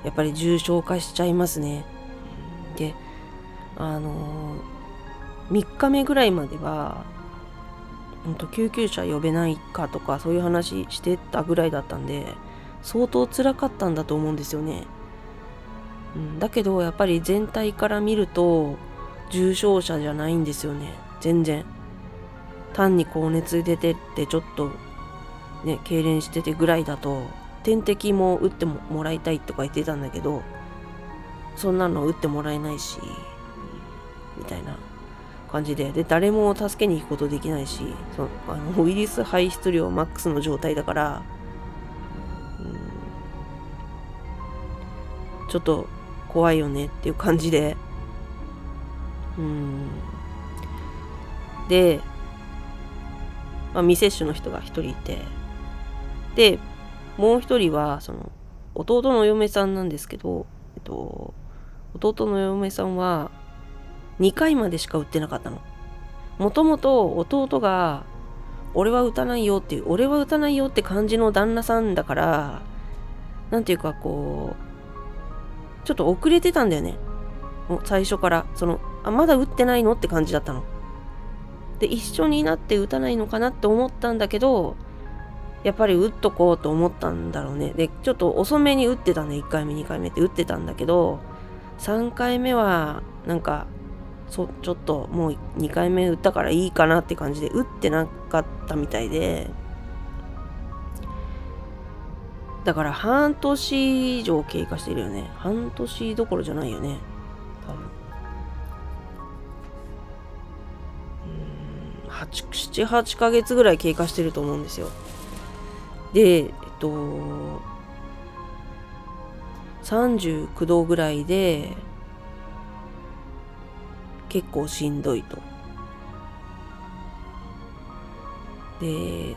やっぱり重症化しちゃいますね。で、3日目ぐらいまでは救急車呼べないかとかそういう話してたぐらいだったんで、相当辛かったんだと思うんですよね。だけどやっぱり全体から見ると重症者じゃないんですよね。全然。単に高熱出てってちょっとね痙攣しててぐらいだと、点滴も打ってもらいたいとか言ってたんだけど、そんなの打ってもらえないしみたいな感じで、誰も助けに行くことできないし、ウイルス排出量マックスの状態だから、ちょっと怖いよねっていう感じで、で、未接種の人が一人いて、でもう一人は弟の嫁さんなんですけど、弟の嫁さんは2回までしか打ってなかったの。もともと弟が俺は打たないよって感じの旦那さんだから、なんていうかちょっと遅れてたんだよね。もう最初からまだ打ってないのって感じだったの。で一緒になって打たないのかなって思ったんだけど、やっぱり打っとこうと思ったんだろうね。でちょっと遅めに打ってたね。1回目2回目って打ってたんだけど、3回目はなんかちょっともう2回目打ったからいいかなって感じで打ってなかったみたいで、だから半年以上経過してるよね。半年どころじゃないよね、多分。7、8ヶ月ぐらい経過してると思うんですよ。で、39度ぐらいで結構しんどいと。で、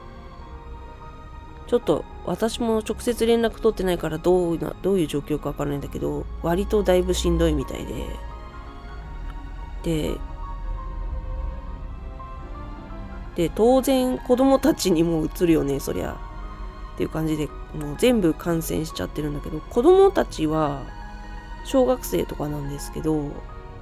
ちょっと私も直接連絡取ってないからどういう状況かわからないんだけど、割とだいぶしんどいみたいで、当然子供たちにもうつるよね、そりゃっていう感じで、もう全部感染しちゃってるんだけど、子供たちは小学生とかなんですけど、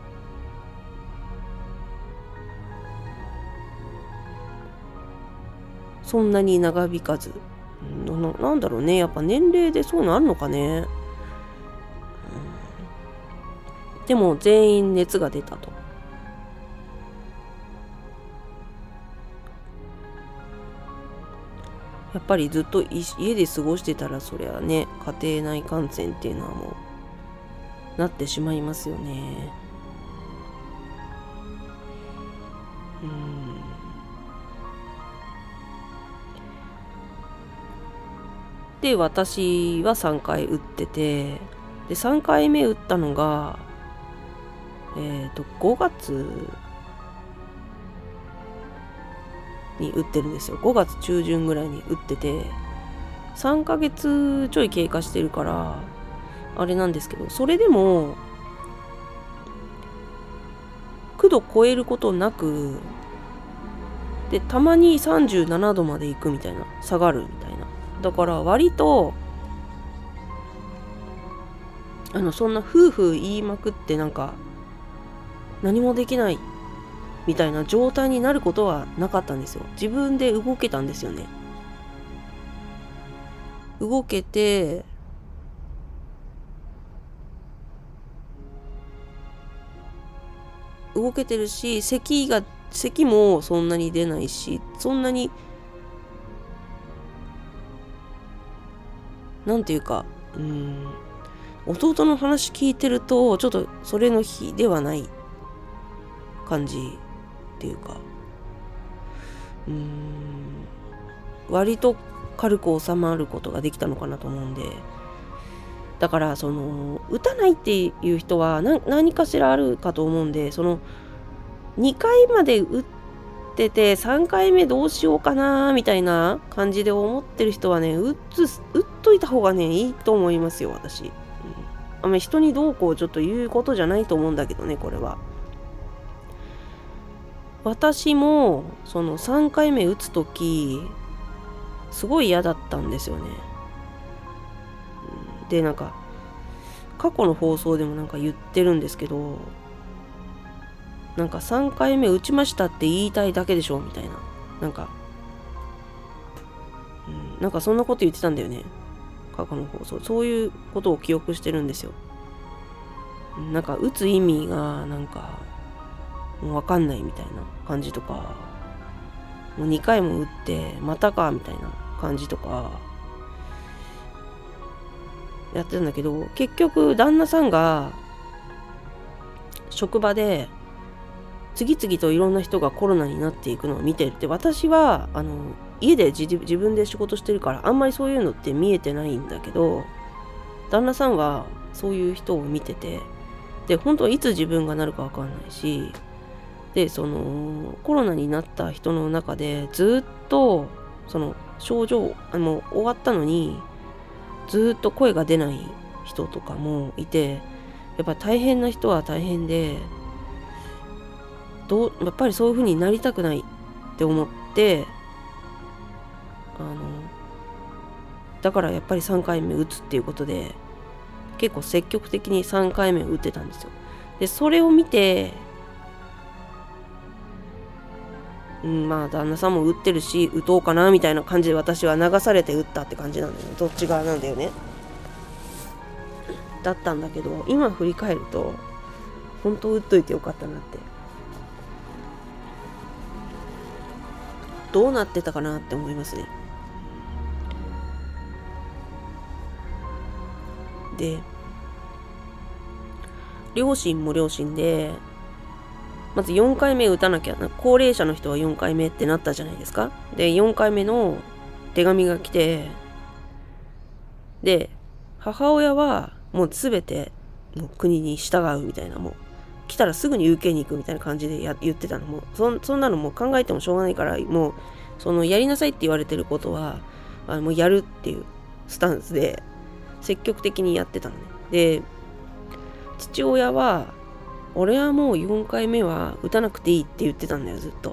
そんなに長引かず、なんだろうね、やっぱ年齢でそういうのあるのかね。でも全員熱が出たと。やっぱりずっと家で過ごしてたら、そりゃね、家庭内感染っていうのはもうなってしまいますよね。で、私は3回打ってて、で3回目打ったのが5月に打ってるんですよ。5月中旬ぐらいに打ってて、3ヶ月ちょい経過してるからあれなんですけど、それでも9度超えることなく、でたまに37度まで行くみたいな、下がるみたいな。だから割とそんな夫婦言いまくってなんか何もできないみたいな状態になることはなかったんですよ。自分で動けたんですよね。動けて、るし、咳もそんなに出ないし、そんなになんていうか、弟の話聞いてるとちょっとそれの日ではない感じっていうか、割と軽く収まることができたのかなと思うんで、だから打たないっていう人は何かしらあるかと思うんで、2回まで打ってて3回目どうしようかなみたいな感じで思ってる人はね、打っといた方がねいいと思いますよ、私。あんまり人にどうこうちょっと言うことじゃないと思うんだけどね、これは。私も3回目打つときすごい嫌だったんですよね。でなんか過去の放送でもなんか言ってるんですけど、なんか3回目打ちましたって言いたいだけでしょみたいな、なんかそんなこと言ってたんだよね、過去の放送。そういうことを記憶してるんですよ。なんか打つ意味がなんかもう分かんないみたいな感じとか、もう2回も打ってまたかみたいな感じとかやってたんだけど、結局旦那さんが職場で次々といろんな人がコロナになっていくのを見てるって、私は家で自分で仕事してるからあんまりそういうのって見えてないんだけど、旦那さんはそういう人を見てて、で本当はいつ自分がなるか分かんないし、でそのコロナになった人の中でずっとその症状もう終わったのにずっと声が出ない人とかもいて、やっぱり大変な人は大変で、やっぱりそういう風になりたくないって思って、だからやっぱり3回目打つっていうことで結構積極的に3回目打ってたんですよ。でそれを見て、まあ旦那さんも打ってるし打とうかなみたいな感じで私は流されて打ったって感じなんだよね。どっち側なんだよね。だったんだけど、今振り返ると本当打っといてよかったなって、どうなってたかなって思いますね。で両親も両親でまず4回目打たなきゃな、高齢者の人は4回目ってなったじゃないですか。で4回目の手紙が来て、で母親はもう全てもう国に従うみたいな、もう来たらすぐに受けに行くみたいな感じで言ってたの。もうそんなのもう考えてもしょうがないから、もうそのやりなさいって言われてることはもうやるっていうスタンスで積極的にやってたのね。で父親は俺はもう4回目は打たなくていいって言ってたんだよ、ずっと。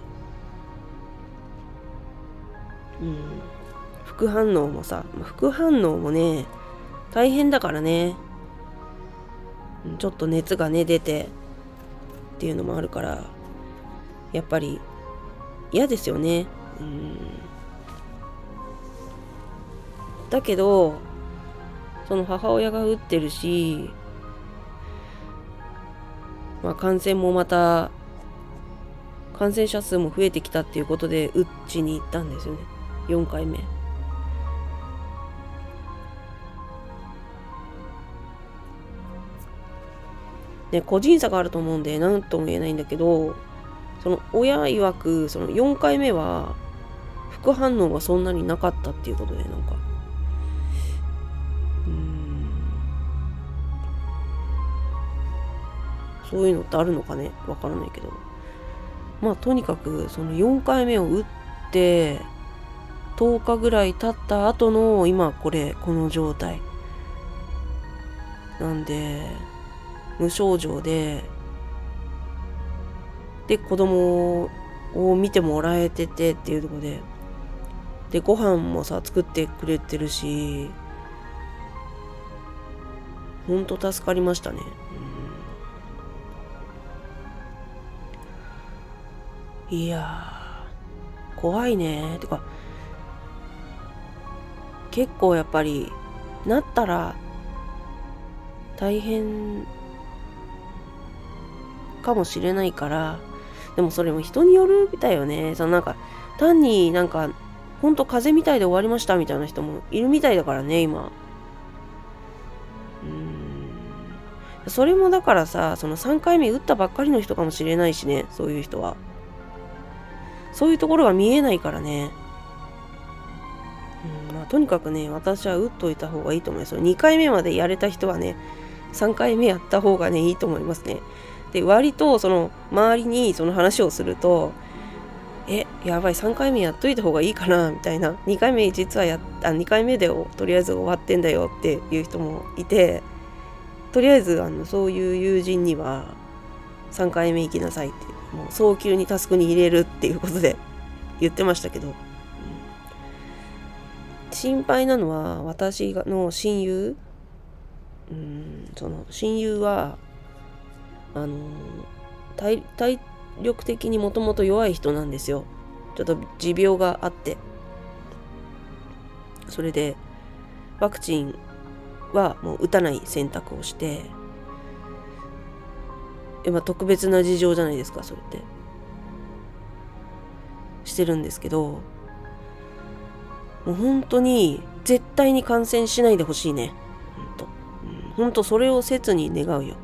副反応もさ、副反応もね大変だからね。ちょっと熱がね出てっていうのもあるから、やっぱり嫌ですよね。だけどその母親が打ってるし、感染もまた感染者数も増えてきたっていうことで打ちに行ったんですよね、4回目。ね、個人差があると思うんで何とも言えないんだけど、その親曰くその4回目は副反応がそんなになかったっていうことで、なんかそういうのってあるのかね、わからないけど、とにかくその4回目を打って10日ぐらい経った後の今この状態なんで、無症状で子供を見てもらえててっていうところでご飯もさ作ってくれてるし、ほんと助かりましたね。いやー怖いね。てか結構やっぱりなったら大変かもしれないから、でもそれも人によるみたいよね。そのなんか単になんかほんと風邪みたいで終わりましたみたいな人もいるみたいだからね、今。それもだからさ、その3回目打ったばっかりの人かもしれないしね、そういう人は。そういうところが見えないからね。とにかくね、私は打っといた方がいいと思います。2回目までやれた人はね、3回目やった方がね、いいと思いますね。で、割とその周りにその話をすると、やばい、3回目やっといた方がいいかなみたいな、2回目実は2回目でとりあえず終わってんだよっていう人もいて、とりあえずそういう友人には3回目行きなさいって、もう早急にタスクに入れるっていうことで言ってましたけど、心配なのは私の親友その親友は体力的にもともと弱い人なんですよ。ちょっと持病があって、それでワクチンはもう打たない選択をして、特別な事情じゃないですか、それってしてるんですけど、もう本当に絶対に感染しないでほしいね。本当それを切に願うよ。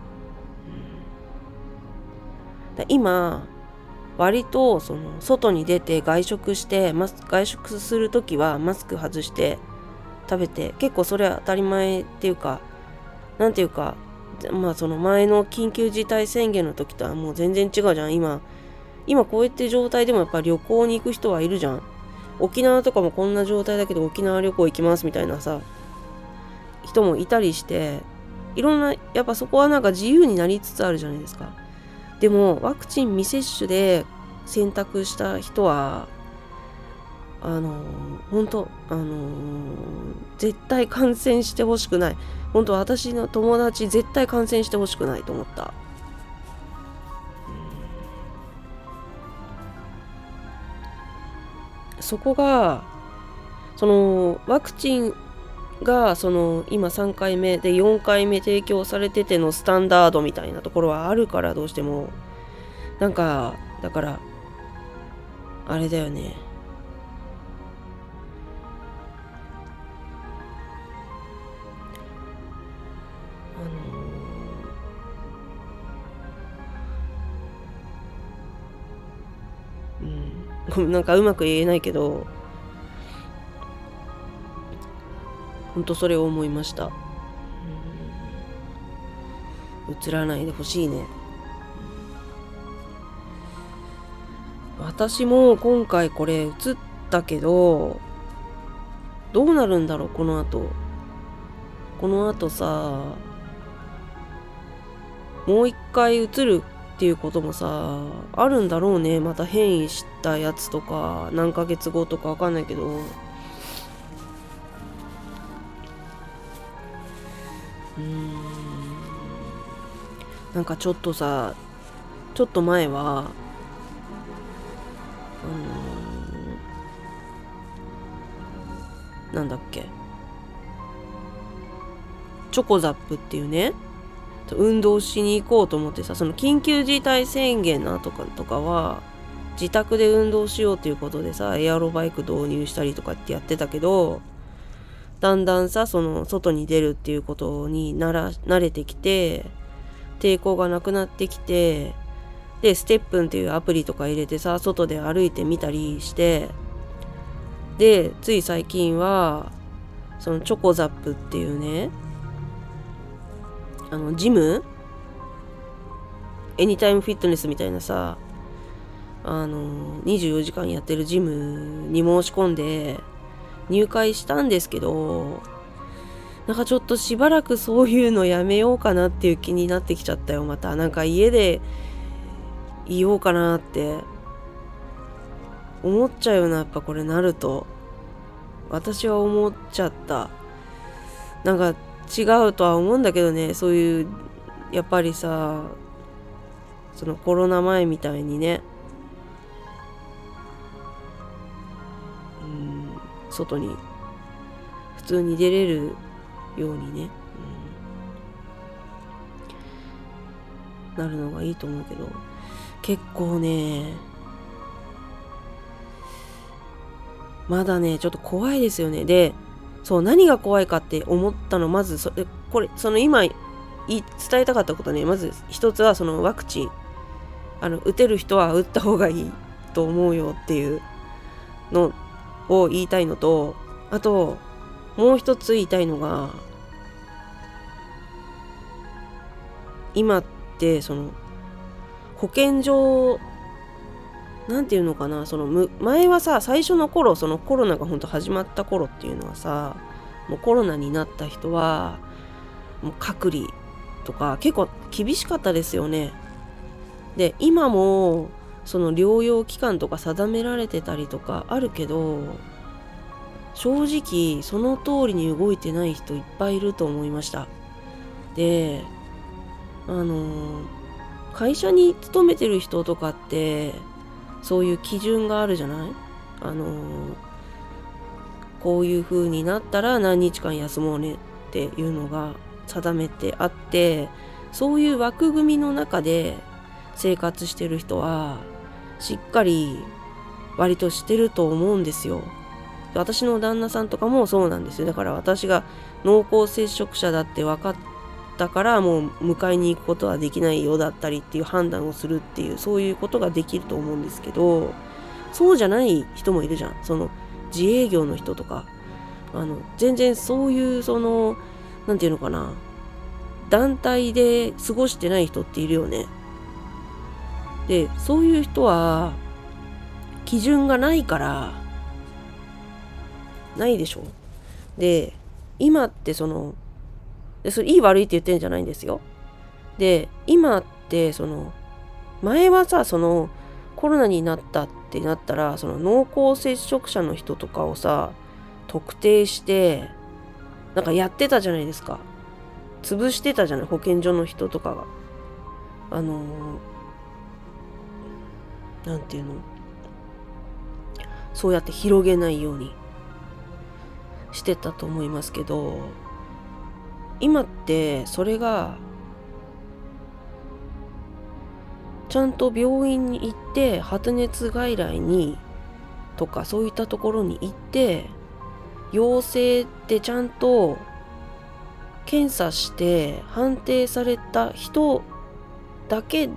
今割とその外に出て外食して外食するときはマスク外して食べて、結構それは当たり前っていうか、なんていうか、その前の緊急事態宣言の時とはもう全然違うじゃん。今こうやって状態でもやっぱり旅行に行く人はいるじゃん。沖縄とかもこんな状態だけど沖縄旅行行きますみたいなさ人もいたりして、いろんなやっぱそこはなんか自由になりつつあるじゃないですか。でもワクチン未接種で選択した人は本当絶対感染してほしくない。本当私の友達絶対感染してほしくないと思った。そこがそのワクチンがその今3回目で4回目提供されててのスタンダードみたいなところはあるから、どうしてもなんかだからあれだよね。なんかうまく言えないけど、本当それを思いました。映らないでほしいね。私も今回これ映ったけど、どうなるんだろう、この後さ、もう一回映るっていうこともさあるんだろうね。また変異したやつとか何ヶ月後とかわかんないけど、なんかちょっと前はなんだっけ、チョコザップっていうね、運動しに行こうと思ってさ、その緊急事態宣言の後とかは自宅で運動しようということでさ、エアロバイク導入したりとかってやってたけど、だんだんさその外に出るっていうことに慣れてきて、抵抗がなくなってきて、でステップンっていうアプリとか入れてさ外で歩いてみたりして、でつい最近はそのチョコザップっていうね、ジムエニタイムフィットネスみたいなさ、24時間やってるジムに申し込んで入会したんですけど、なんかちょっとしばらくそういうのやめようかなっていう気になってきちゃったよ。またなんか家でいようかなって思っちゃうよな。やっぱこれなると私は思っちゃった。なんか違うとは思うんだけどね、そういうやっぱりさそのコロナ前みたいにね、外に普通に出れるようにね、なるのがいいと思うけど、結構ねまだねちょっと怖いですよね。でそう、何が怖いかって思ったの、まずその今伝えたかったことね、まず一つはそのワクチン打てる人は打った方がいいと思うよっていうのを言いたいのと、あともう一つ言いたいのが、今ってその保健所なんていうのかな、その前はさ最初の頃、そのコロナが本当始まった頃っていうのはさ、もうコロナになった人はもう隔離とか結構厳しかったですよね。で今もその療養期間とか定められてたりとかあるけど、正直その通りに動いてない人いっぱいいると思いました。 で、会社に勤めてる人とかってそういう基準があるじゃない？こういう風になったら何日間休もうねっていうのが定めてあって、そういう枠組みの中で生活してる人はしっかり割としてると思うんですよ。私の旦那さんとかもそうなんですよ。だから私が濃厚接触者だって分かったからもう迎えに行くことはできないよだったりっていう判断をするっていう、そういうことができると思うんですけど、そうじゃない人もいるじゃん。その自営業の人とか全然そういうなんていうのかな、団体で過ごしてない人っているよね。で、そういう人は基準がないからないでしょ。で、今ってそれいい悪いって言ってるんじゃないんですよ。で、今って前はさ、コロナになったってなったら濃厚接触者の人とかをさ特定してなんかやってたじゃないですか。潰してたじゃない、保健所の人とかが。なんていうの、そうやって広げないようにしてたと思いますけど、今ってそれがちゃんと病院に行って発熱外来にとかそういったところに行って陽性ってちゃんと検査して判定された人だけ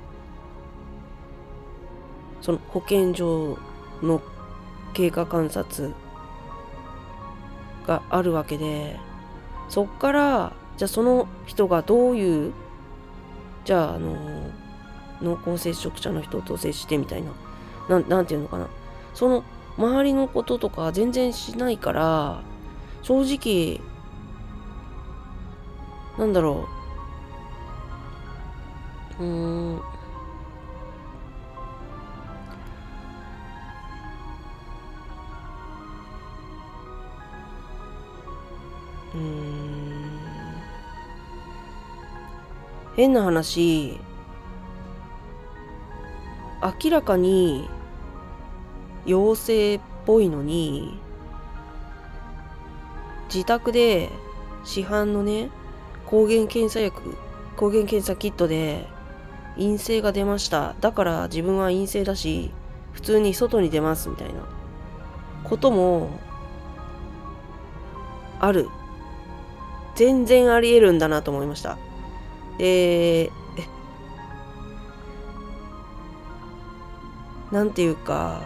保健所の経過観察があるわけで、そっからじゃあその人がどういうじゃあ濃厚接触者の人と接してみたいな、なんていうのかな、その周りのこととか全然しないから、正直なんだろう、変な話、明らかに陽性っぽいのに自宅で市販のね抗原検査キットで陰性が出ました、だから自分は陰性だし普通に外に出ますみたいなこともある。全然あり得るんだなと思いました。なんていうか、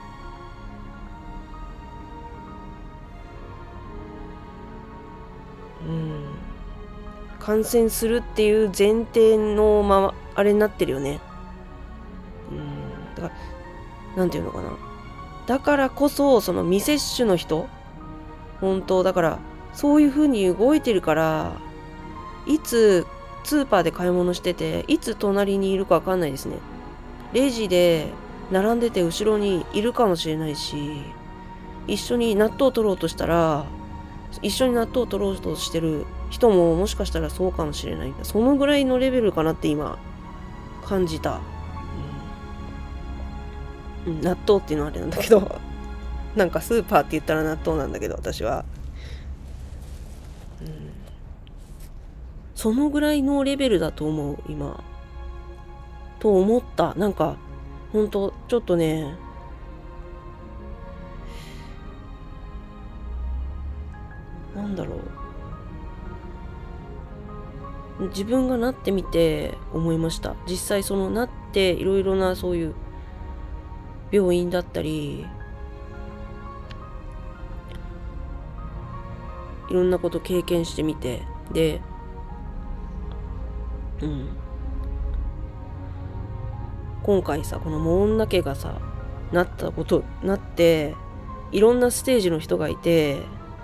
感染するっていう前提のあれになってるよね。だからなんていうのかな、だからこそ未接種の人、本当だからそういう風に動いてるから、いつスーパーで買い物してていつ隣にいるかわかんないですね。レジで並んでて後ろにいるかもしれないし、一緒に納豆を取ろうとしたら一緒に納豆を取ろうとしてる人ももしかしたらそうかもしれない。そのぐらいのレベルかなって今感じた。納豆っていうのはあれなんだけどなんかスーパーって言ったら納豆なんだけど、私はそのぐらいのレベルだと思う今と思った。なんかほんとちょっとね、なんだろう、自分がなってみて思いました。実際なっていろいろなそういう病院だったりいろんなこと経験してみて、で今回さ、このモンナ家がさなっていろんなステージの人がいて、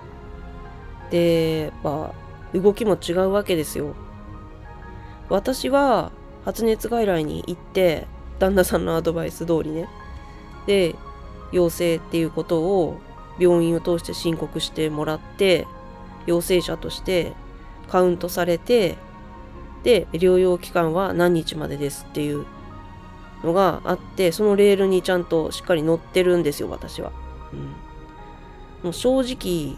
で動きも違うわけですよ。私は発熱外来に行って旦那さんのアドバイス通りね、で陽性っていうことを病院を通して申告してもらって陽性者としてカウントされて、 で療養期間は何日までですっていうのがあって、そのレールにちゃんとしっかり乗ってるんですよ、私は。もう正直、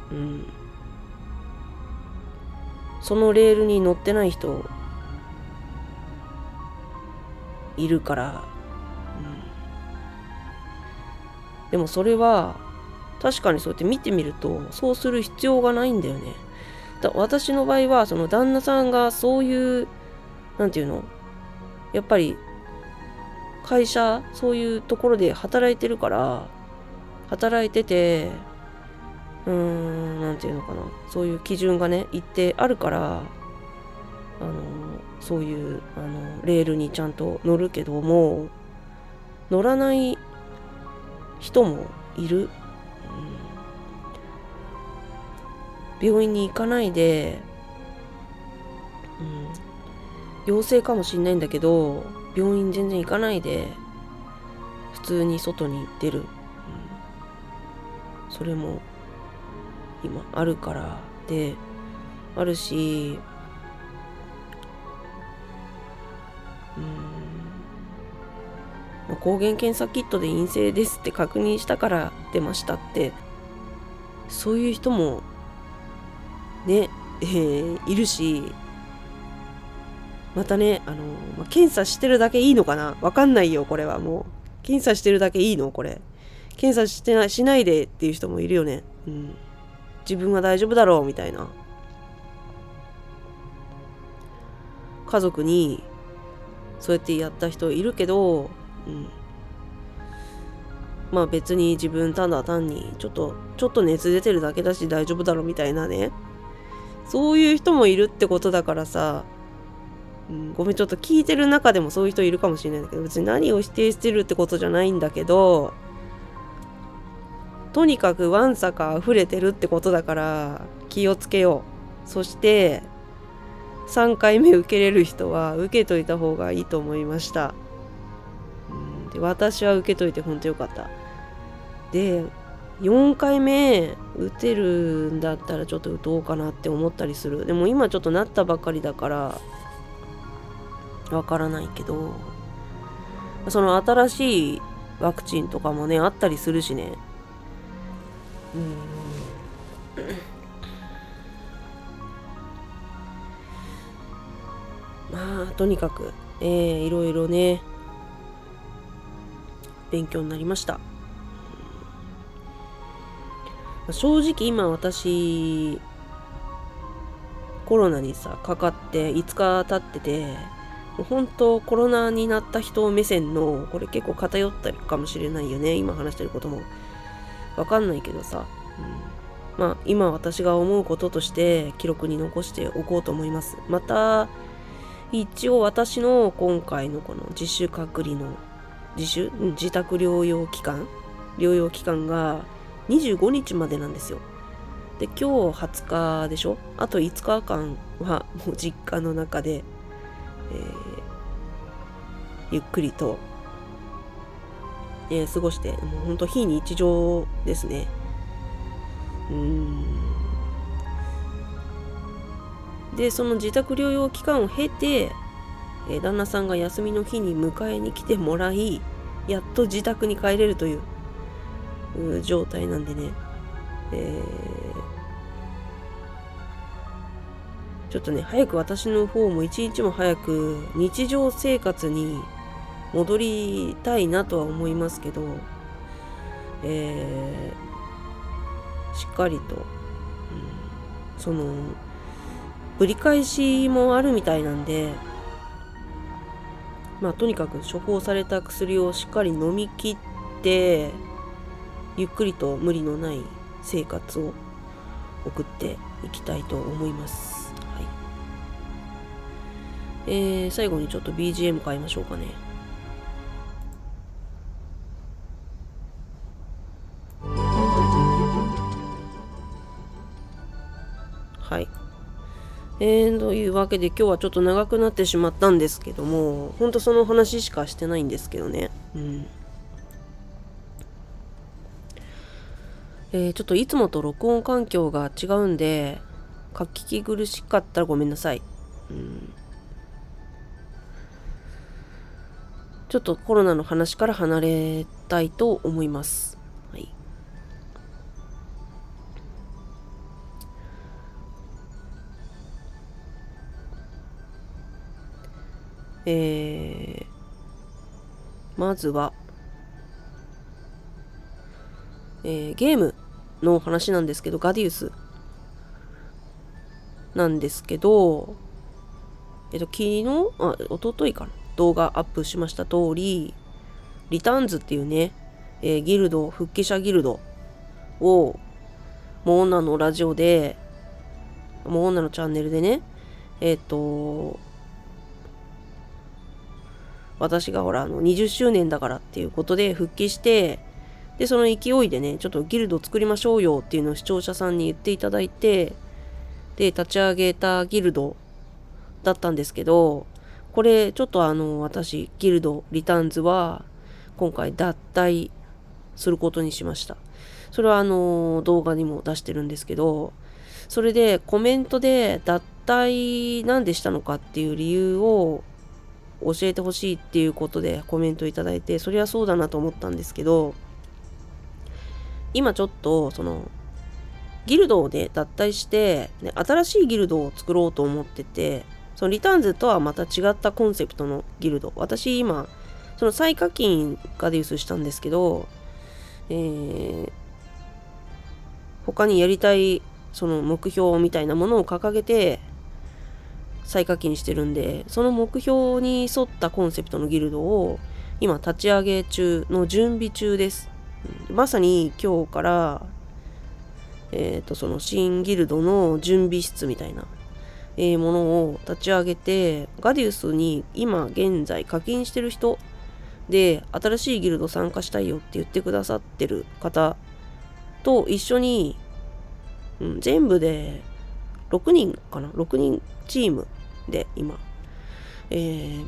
そのレールに乗ってない人いるから、でもそれは確かにそうやって見てみるとそうする必要がないんだよね。私の場合はその旦那さんがそういうなんていうの、やっぱり会社そういうところで働いてるから、働いててなんていうのかな、そういう基準がね一定あるから、そういうレールにちゃんと乗るけども、乗らない人もいる。病院に行かないで、陽性かもしんないんだけど病院全然行かないで普通に外に出る、それも今あるからであるし、抗原検査キットで陰性ですって確認したから出ましたって、そういう人もね、いるし、またね、検査してるだけいいのかな、わかんないよ、これはもう。検査してるだけいいのこれ。検査しないでっていう人もいるよね。自分は大丈夫だろうみたいな。家族にそうやってやった人いるけど、まあ別に自分ただ単にちょっと熱出てるだけだし大丈夫だろうみたいなね。そういう人もいるってことだからさ、ごめん、ちょっと聞いてる中でもそういう人いるかもしれないんだけど、別に何を否定してるってことじゃないんだけど、とにかくわんさか溢れてるってことだから気をつけよう。そして3回目受けれる人は受けといた方がいいと思いました。で、私は受けといて本当よかった。で、4回目打てるんだったらちょっと打とうかなって思ったりする。でも今ちょっとなったばっかりだからわからないけど、その新しいワクチンとかもねあったりするしね。まあとにかくいろいろね勉強になりました。正直今私コロナにさかかって5日経ってて、本当コロナになった人目線のこれ結構偏ったりかもしれないよね。今話してることもわかんないけどさ、まあ今私が思うこととして記録に残しておこうと思います。また一応私の今回のこの自主隔離の自宅療養期間が25日までなんですよ。で、今日20日でしょ。あと5日間はもう実家の中で、ゆっくりと、過ごして、もうほんと非日常ですね。で、その自宅療養期間を経て、旦那さんが休みの日に迎えに来てもらい、やっと自宅に帰れるという状態なんでね、ちょっとね早く私の方も一日も早く日常生活に戻りたいなとは思いますけど、しっかりと、そのぶり返しもあるみたいなんで、まあとにかく処方された薬をしっかり飲み切ってゆっくりと無理のない生活を送っていきたいと思います。はい。最後にちょっと BGM 変えましょうかね。はい。というわけで今日はちょっと長くなってしまったんですけども、ほんとその話しかしてないんですけどね。ちょっといつもと録音環境が違うんで、聞き苦しかったらごめんなさい。 ちょっとコロナの話から離れたいと思います。はい。まずは、ゲームの話なんですけど、ガディウスなんですけど、昨日、一昨日かな、動画アップしました通り、リターンズっていうね、ギルド、復帰者ギルドを、もう女のラジオで、もう女のチャンネルでね、私がほら、20周年だからっていうことで復帰して、で、その勢いでね、ちょっとギルド作りましょうよっていうのを視聴者さんに言っていただいて、で、立ち上げたギルドだったんですけど、これちょっと私、ギルドリターンズは今回脱退することにしました。それは動画にも出してるんですけど、それでコメントで脱退なんでしたのかっていう理由を教えてほしいっていうことでコメントいただいて、そりゃそうだなと思ったんですけど、今ちょっとギルドをね脱退して、ね、新しいギルドを作ろうと思ってて、そのリターンズとはまた違ったコンセプトのギルド、私今その再課金ガディウスしたんですけど、他にやりたいその目標みたいなものを掲げて再課金してるんで、その目標に沿ったコンセプトのギルドを今立ち上げ中の準備中です。まさに今日からその新ギルドの準備室みたいな、ものを立ち上げて、ガディウスに今現在課金してる人で新しいギルド参加したいよって言ってくださってる方と一緒に、全部で6人かな、6人チームで今、い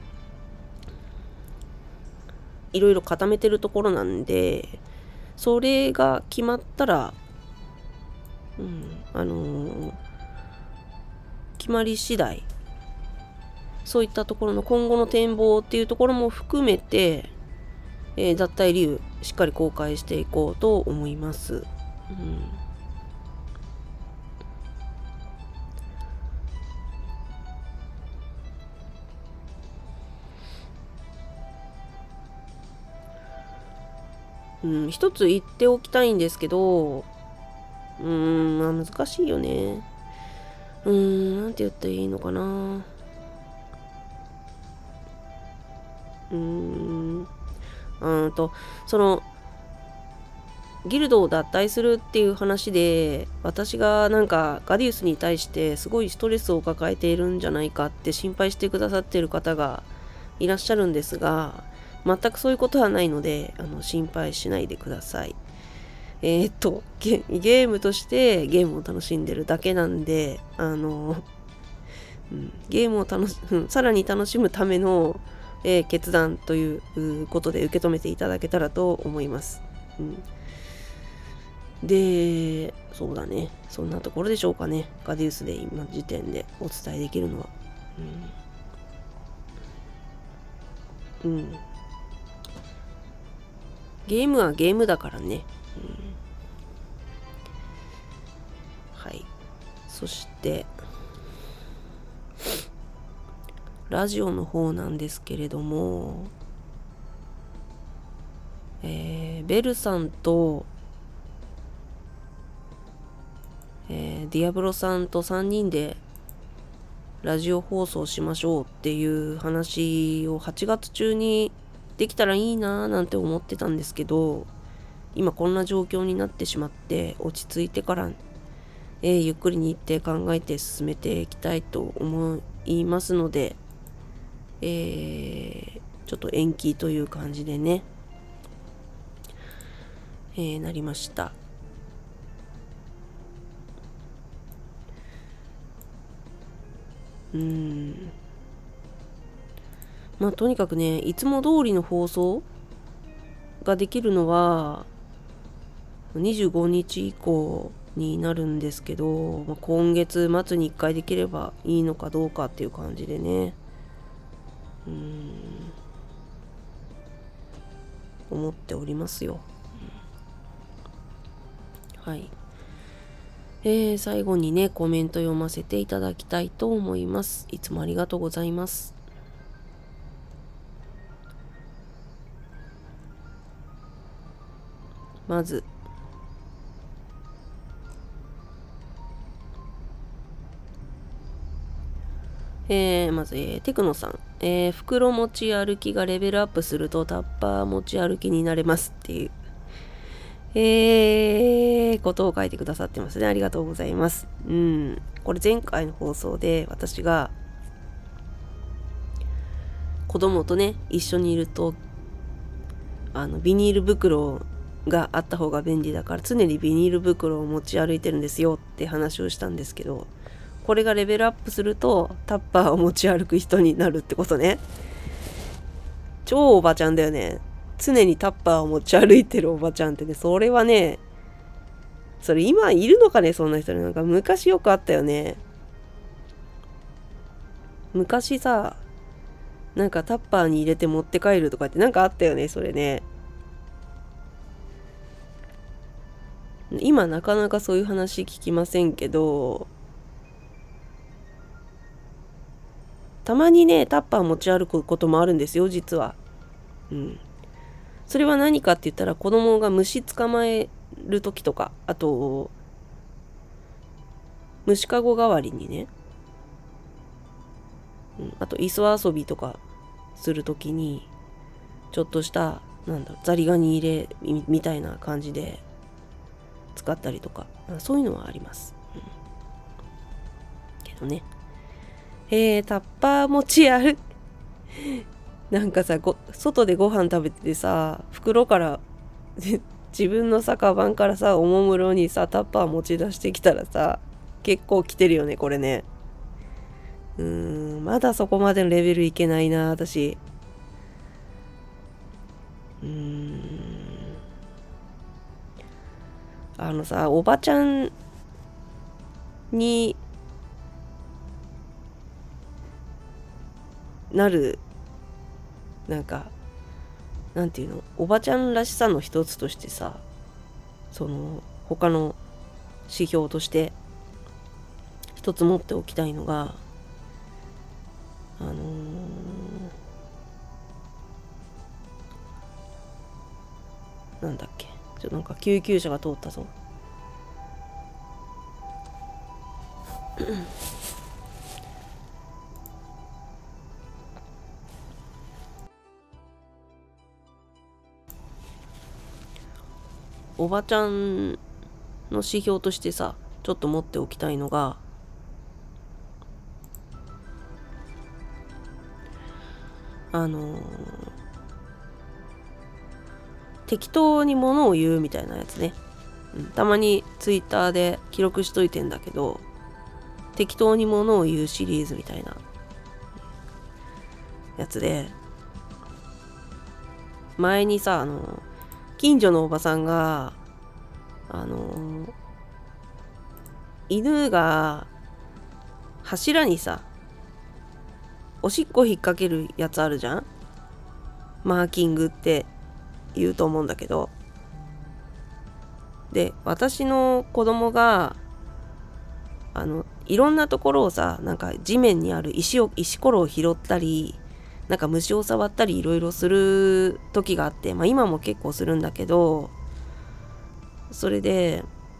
ろいろ固めてるところなんで、それが決まったら、決まり次第、そういったところの今後の展望っていうところも含めて、脱退理由しっかり公開していこうと思います。一つ言っておきたいんですけど、難しいよね。なんて言ったらいいのかな。そのギルドを脱退するっていう話で、私がなんかガディウスに対してすごいストレスを抱えているんじゃないかって心配してくださっている方がいらっしゃるんですが、全くそういうことはないので、心配しないでください。ゲームとしてゲームを楽しんでるだけなんで、ゲームをさらに楽しむための、決断ということで受け止めていただけたらと思います。で、そうだね。そんなところでしょうかね。ガディウスで今時点でお伝えできるのは。ゲームはゲームだからね。はい。そして、ラジオの方なんですけれども、ベルさんと、ディアブロさんと3人でラジオ放送しましょうっていう話を8月中にできたらいいなーなんて思ってたんですけど、今こんな状況になってしまって、落ち着いてから、ゆっくり日程考えて進めていきたいと思いますので、ちょっと延期という感じでね、なりました。まあとにかくね、いつも通りの放送ができるのは25日以降になるんですけど、今月末に1回できればいいのかどうかっていう感じでね。 思っておりますよ。はい。最後にね、コメント読ませていただきたいと思います。いつもありがとうございます。まず、テクノさん。袋持ち歩きがレベルアップするとタッパー持ち歩きになれますっていう、ことを書いてくださってますね。ありがとうございます。これ前回の放送で私が子供とね、一緒にいると、ビニール袋があった方が便利だから常にビニール袋を持ち歩いてるんですよって話をしたんですけど、これがレベルアップするとタッパーを持ち歩く人になるってことね。超おばちゃんだよね。常にタッパーを持ち歩いてるおばちゃんってね、それはね、それ今いるのかね、そんな人。なんか昔よくあったよね。昔さ、なんかタッパーに入れて持って帰るとかってなんかあったよね、それね。今なかなかそういう話聞きませんけど、たまにね、タッパー持ち歩くこともあるんですよ、実は。それは何かって言ったら、子供が虫捕まえる時とか、あと、虫かご代わりにね、あと磯遊びとかする時に、ちょっとした、ザリガニ入れみたいな感じで使ったりとか、そういうのはあります。けどね。タッパー持ち歩なんかさ、外でご飯食べててさ、袋から自分のさ、カバンからさ、おもむろにさ、タッパー持ち出してきたらさ、結構来てるよね、これね。まだそこまでのレベルいけないな、私。おばちゃんになる、なんか、なんていうの、おばちゃんらしさの一つとしてさ、他の指標として一つ持っておきたいのが、なんだっけ、なんか救急車が通ったぞ。おばちゃんの指標としてさ、ちょっと持っておきたいのが、適当に物を言うみたいなやつね。たまにツイッターで記録しといてんだけど、適当に物を言うシリーズみたいなやつで、前にさ、近所のおばさんが、犬が柱にさ、おしっこ引っ掛けるやつあるじゃん？マーキングって言うと思うんだけど。で、私の子供が、いろんなところをさ、なんか地面にある石ころを拾ったり、なんか虫を触ったりいろいろする時があって、今も結構するんだけど、それで、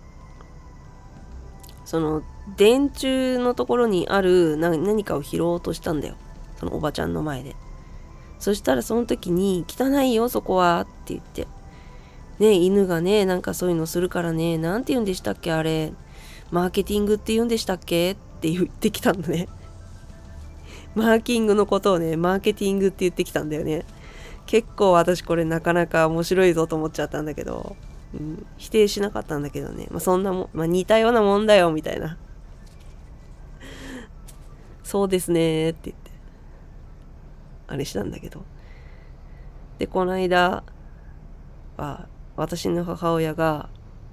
電柱のところにある何かを拾おうとしたんだよ。そのおばちゃんの前で。そしたらその時に、汚いよそこはって言って。ね、犬がね、なんかそういうのするからね、なんて言うんでしたっけあれ。マーケティングって言うんでしたっけって言ってきたんだね。マーキングのことをね、マーケティングって言ってきたんだよね。結構私これなかなか面白いぞと思っちゃったんだけど、否定しなかったんだけどね。そんなもん、似たようなもんだよみたいな。そうですねって言って、あれしたんだけど。で、この間は、私の母親が、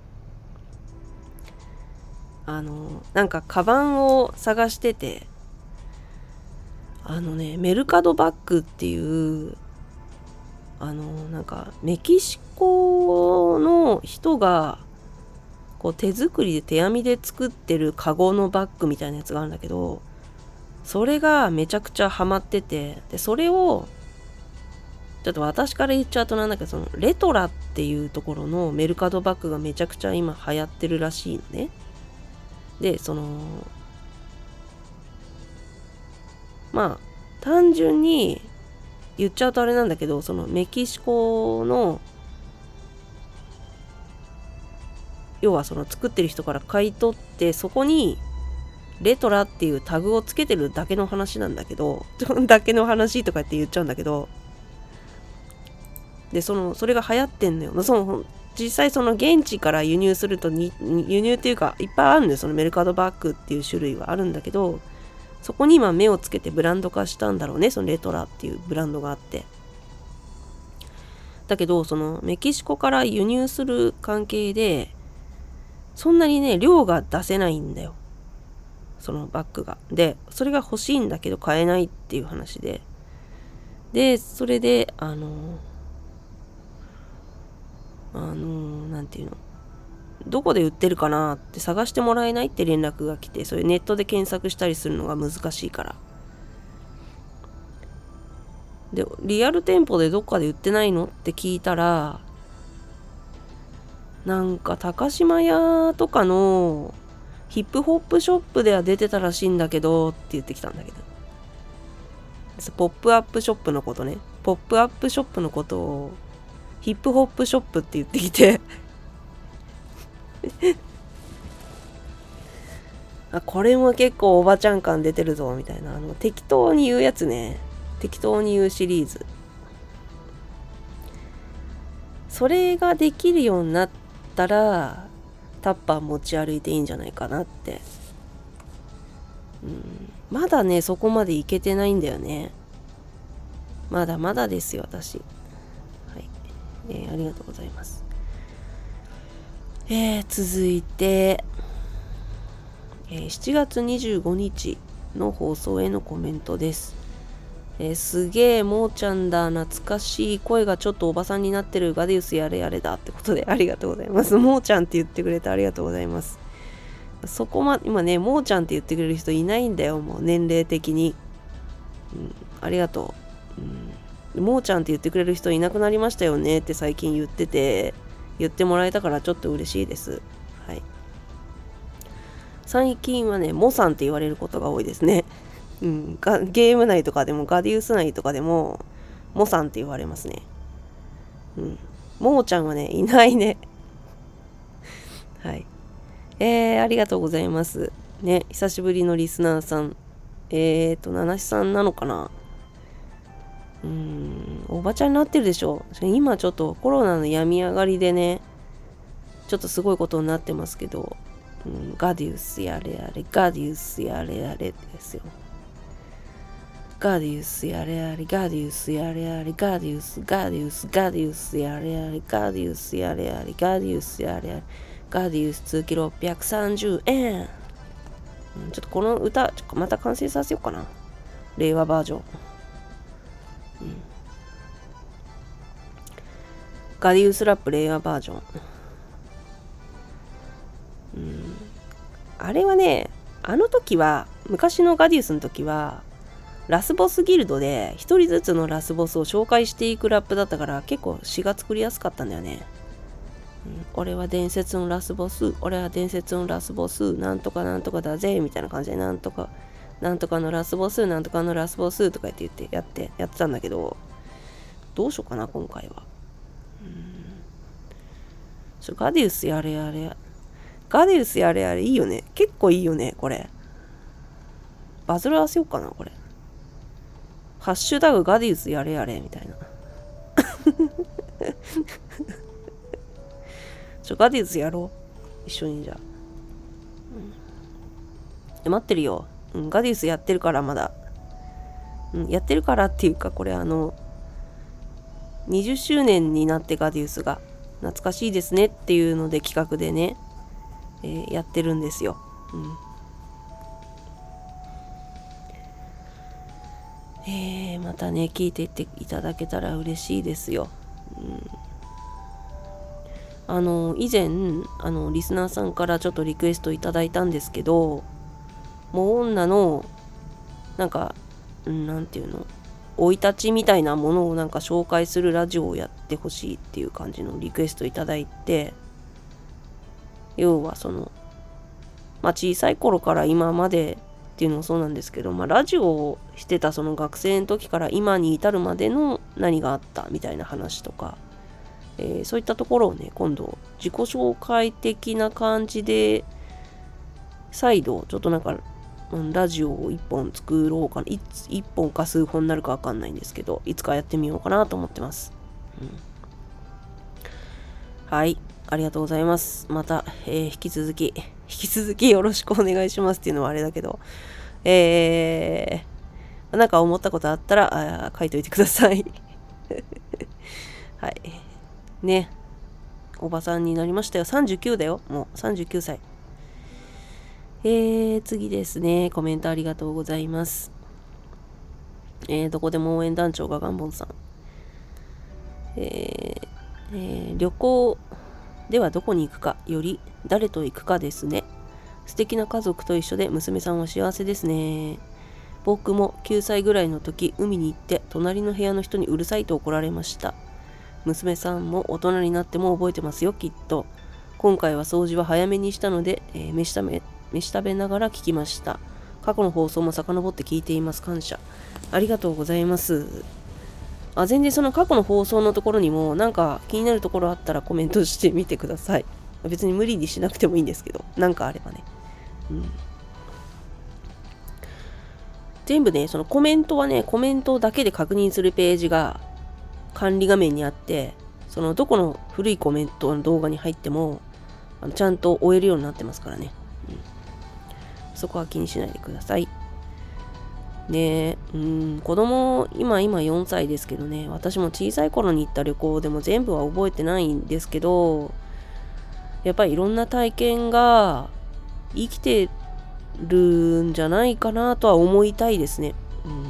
なんかカバンを探してて、メルカドバッグっていう、 なんかメキシコの人がこう手作りで手編みで作ってるカゴのバッグみたいなやつがあるんだけど、それがめちゃくちゃハマってて、でそれをちょっと私から言っちゃうとなんだけど、そのレトラっていうところのメルカドバッグがめちゃくちゃ今流行ってるらしいのね。でまあ単純に言っちゃうとあれなんだけど、そのメキシコの要はその作ってる人から買い取って、そこにレトラっていうタグをつけてるだけの話なんだけどだけの話とかって言っちゃうんだけど、でそれが流行ってんのよ。実際その現地から輸入すると輸入っていうかいっぱいあるんだよ。そのメルカドバッグっていう種類はあるんだけど、そこに今目をつけてブランド化したんだろうね。そのレトラっていうブランドがあって、だけどそのメキシコから輸入する関係でそんなにね量が出せないんだよ、そのバッグが。でそれが欲しいんだけど買えないっていう話でそれでなんていうの、どこで売ってるかなって探してもらえないって連絡が来て、そういうネットで検索したりするのが難しいから。でリアル店舗でどっかで売ってないのって聞いたら、なんか高島屋とかのヒップホップショップでは出てたらしいんだけどって言ってきたんだけど、ポップアップショップのことね、ポップアップショップのことをヒップホップショップって言ってきてこれも結構おばちゃん感出てるぞみたいな、適当に言うやつね、適当に言うシリーズ。それができるようになったらタッパー持ち歩いていいんじゃないかなって。まだねそこまでいけてないんだよね。まだまだですよ私。はい、ありがとうございます。続いて、7月25日の放送へのコメントです。すげえもーちゃんだ、懐かしい、声がちょっとおばさんになってる、ガディウスやれやれだってことでありがとうございます。もーちゃんって言ってくれてありがとうございます。今ねもーちゃんって言ってくれる人いないんだよ、もう年齢的に。ありがとう。もーちゃんって言ってくれる人いなくなりましたよねって最近言ってもらえたからちょっと嬉しいです。はい。最近はね、モさんって言われることが多いですね。ゲーム内とかでもガディウス内とかでもモさんって言われますね。モーちゃんはねいないね。はい。ありがとうございますね。久しぶりのリスナーさん。ナナシさんなのかな。おばちゃんになってるでしょ。今ちょっとコロナの病み上がりでね、ちょっとすごいことになってますけど、ガディウスやれやれ、ガディウスやれやれですよ。ガディウスやれやれ、ガディウスやれやれ、ガディウス、ガディウス、ガディウスやれやれ、ガディウスやれやれ、ガディウスやれやれ、ガディウス通記630円。ちょっとこの歌、また完成させようかな。令和バージョン。ガディウスラップ令和バージョン。あれはね、あの時は、昔のガディウスの時は、ラスボスギルドで一人ずつのラスボスを紹介していくラップだったから結構詩が作りやすかったんだよね。俺は伝説のラスボス、俺は伝説のラスボス、なんとかなんとかだぜみたいな感じで、なんとかのラスボス、なんとかのラスボスとか言ってやってたんだけど、どうしようかな今回は。ガディウスやれやれ、ガディウスやれやれいいよね。結構いいよねこれ。バズらせようかなこれ。ハッシュタグガディウスやれやれみたいな。ガディウスやろう。一緒にじゃあ。待ってるよ。ガディウスやってるからまだ。やってるからっていうか、これ20周年になってガディウスが懐かしいですねっていうので企画でね、やってるんですよ。 またね聞いていっていただけたら嬉しいですよ。以前リスナーさんからちょっとリクエストいただいたんですけど、もう女のなんかなんていうの、生い立ちみたいなものをなんか紹介するラジオをやってほしいっていう感じのリクエストいただいて、要は小さい頃から今までっていうのもそうなんですけど、ラジオをしてたその学生の時から今に至るまでの何があったみたいな話とか、そういったところをね今度自己紹介的な感じで再度ちょっとなんかラジオを1本作ろうかな。1本か数本になるかわかんないんですけど、いつかやってみようかなと思ってます。はい、ありがとうございます。また、引き続きよろしくお願いしますっていうのはあれだけど、なんか思ったことあったら書いといてください。はい。ね。おばさんになりましたよ。39だよ。もう39歳。次ですね。コメントありがとうございます。どこでも応援団長がガンボンさん。旅行ではどこに行くかより誰と行くかですね。素敵な家族と一緒で娘さんは幸せですね。僕も9歳ぐらいの時海に行って隣の部屋の人にうるさいと怒られました。娘さんも大人になっても覚えてますよきっと。今回は掃除は早めにしたので、飯食べながら聞きました。過去の放送も遡って聞いています。感謝。ありがとうございます。全然その過去の放送のところにもなんか気になるところあったらコメントしてみてください。別に無理にしなくてもいいんですけど、なんかあればね。全部ね、そのコメントはね、コメントだけで確認するページが管理画面にあって、そのどこの古いコメントの動画に入ってもちゃんと終えるようになってますからね。そこは気にしないでください。ねえ、子供今4歳ですけどね、私も小さい頃に行った旅行でも全部は覚えてないんですけど、やっぱりいろんな体験が生きてるんじゃないかなとは思いたいですね。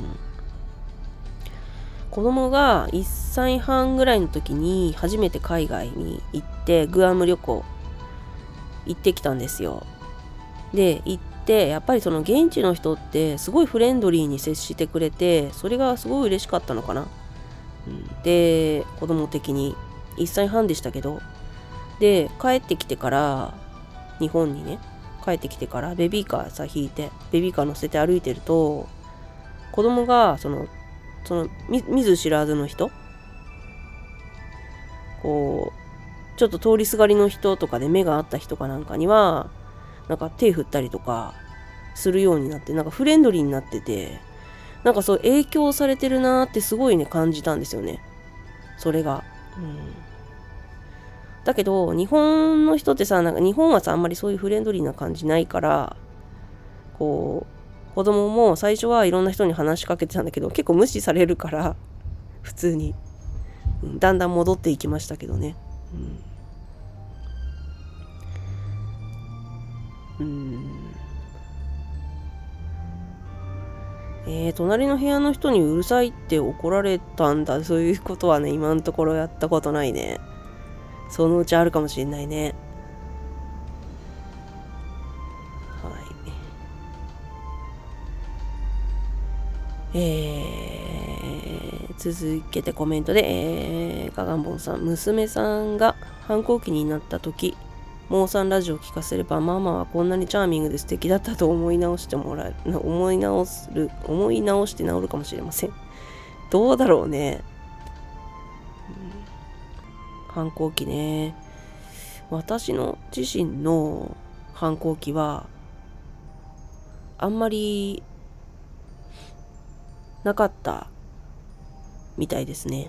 子供が1歳半ぐらいの時に初めて海外に行ってグアム旅行行ってきたんですよ。で行ってやっぱりその現地の人ってすごいフレンドリーに接してくれて、それがすごい嬉しかったのかな。で子供的に1歳半でしたけど、で帰ってきてから日本にね帰ってきてからベビーカー引いてベビーカー乗せて歩いてると、子供がその見ず知らずの人、こうちょっと通りすがりの人とかで目が合った人かなんかにはなんか手振ったりとかするようになって、なんかフレンドリーになってて、なんかそう影響されてるなーってすごいね感じたんですよね、それが。だけど日本の人ってさ、なんか日本はさあんまりそういうフレンドリーな感じないから、こう子供も最初はいろんな人に話しかけてたんだけど結構無視されるから普通に、だんだん戻っていきましたけどね。隣の部屋の人にうるさいって怒られたんだ。そういうことはね今のところやったことないね。そのうちあるかもしれないね。はい。続けてコメントで、ガガンボンさん、娘さんが反抗期になった時、モーさんラジオを聞かせればママはこんなにチャーミングで素敵だったと思い直して治るかもしれません。どうだろうね。反抗期ね。私の自身の反抗期はあんまりなかったみたいですね。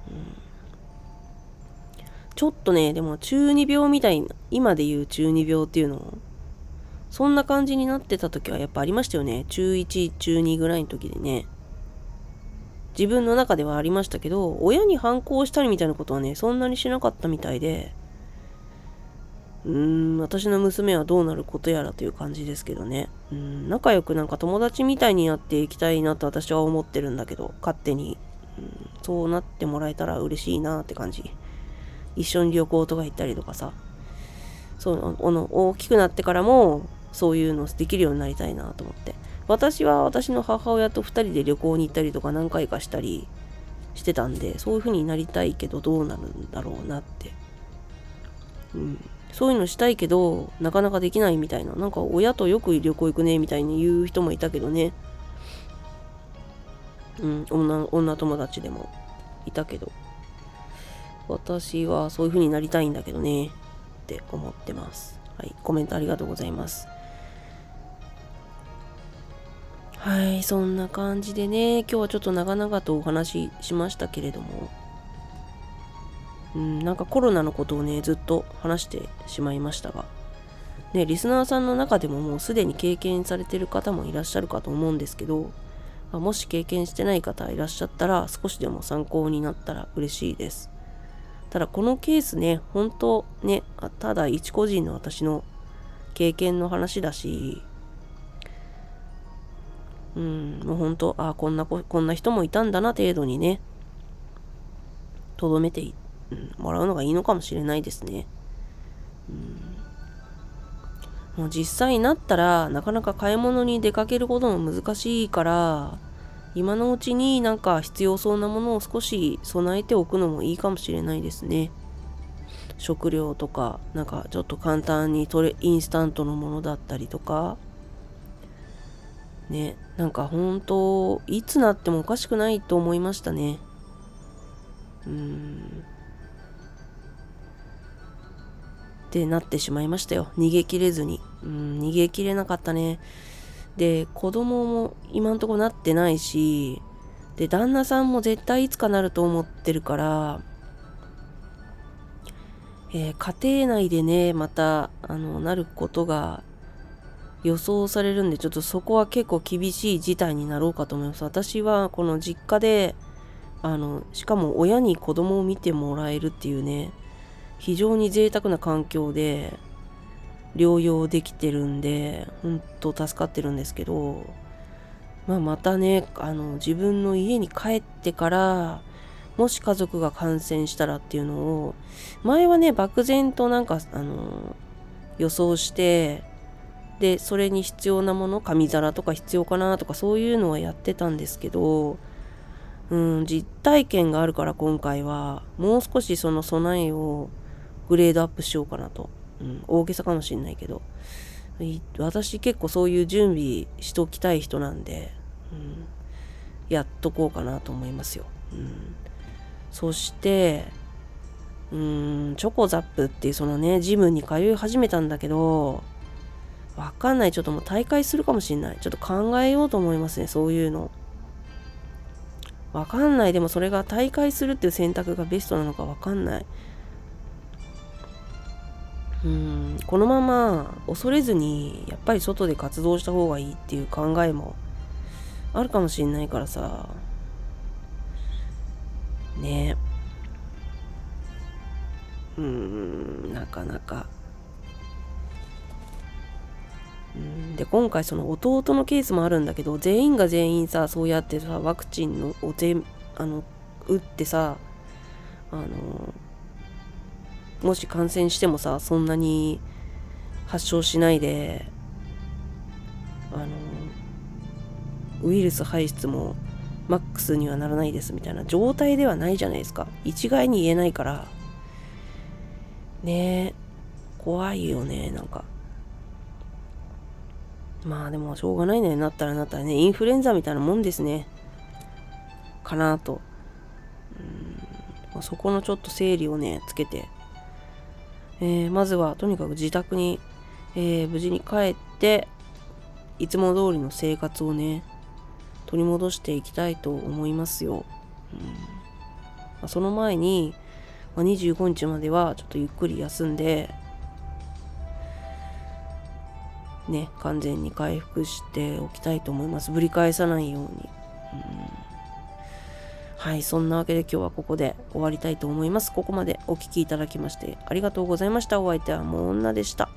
ちょっとね、でも中二病みたいな、今で言う中二病っていうの、そんな感じになってた時はやっぱありましたよね。中1、中2ぐらいの時でね。自分の中ではありましたけど、親に反抗したりみたいなことはね、そんなにしなかったみたいで、 私の娘はどうなることやらという感じですけどね。仲良くなんか友達みたいになっていきたいなと私は思ってるんだけど、勝手に。そうなってもらえたら嬉しいなって感じ。一緒に旅行とか行ったりとかさ。大きくなってからも、そういうのできるようになりたいなと思って。私は私の母親と2人で旅行に行ったりとか何回かしたりしてたんで、そういう風になりたいけどどうなるんだろうなって。そういうのしたいけど、なかなかできないみたいな。なんか親とよく旅行行くねみたいに言う人もいたけどね。女友達でもいたけど。私はそういう風になりたいんだけどね。って思ってます。はい、コメントありがとうございます。はい、そんな感じでね、今日はちょっと長々とお話ししましたけれども、なんかコロナのことをね、ずっと話してしまいましたが、ね、リスナーさんの中でももうすでに経験されてる方もいらっしゃるかと思うんですけど、もし経験してない方いらっしゃったら、少しでも参考になったら嬉しいです。ただこのケースね、本当ね、ただ一個人の私の経験の話だし、もう本当、こんな人もいたんだな程度にね、とどめてもらうのがいいのかもしれないですね。もう実際になったら、なかなか買い物に出かけることも難しいから、今のうちになんか必要そうなものを少し備えておくのもいいかもしれないですね。食料とか、なんかちょっと簡単にインスタントのものだったりとか、ね、なんか本当いつなってもおかしくないと思いましたね。ってなってしまいましたよ。逃げ切れずに。逃げ切れなかったね。で、子供も今んとこなってないし、で、旦那さんも絶対いつかなると思ってるから、家庭内でね、また、なることが予想されるんで、ちょっとそこは結構厳しい事態になろうかと思います。私はこの実家で、しかも親に子供を見てもらえるっていうね、非常に贅沢な環境で療養できてるんで、本当助かってるんですけど、またね、自分の家に帰ってから、もし家族が感染したらっていうのを、前はね、漠然となんか、予想して、で、それに必要なもの、紙皿とか必要かなとかそういうのはやってたんですけど、実体験があるから今回は、もう少しその備えをグレードアップしようかなと。大げさかもしんないけど。私結構そういう準備しときたい人なんで、やっとこうかなと思いますよ。そして、チョコザップっていうそのね、ジムに通い始めたんだけど、わかんない。ちょっともう大会するかもしんない。ちょっと考えようと思いますね、そういうの。わかんない。でもそれが大会するっていう選択がベストなのかわかんない。このまま恐れずに、やっぱり外で活動した方がいいっていう考えもあるかもしんないからさ。ね。なかなか。で、今回その弟のケースもあるんだけど、全員が全員さ、そうやってさ、ワクチンを打ってさ、もし感染してもさ、そんなに発症しないで、ウイルス排出もマックスにはならないですみたいな状態ではないじゃないですか。一概に言えないから。ねえ、怖いよね、なんか。まあでもしょうがないね。なったらね、インフルエンザみたいなもんですね。かなと。そこのちょっと整理をね、つけて。まずはとにかく自宅に、無事に帰って、いつも通りの生活をね、取り戻していきたいと思いますよ。その前に、25日まではちょっとゆっくり休んで、ね、完全に回復しておきたいと思います。ぶり返さないように。 はい、そんなわけで今日はここで終わりたいと思います。ここまでお聞きいただきましてありがとうございました。お相手はもう女でした。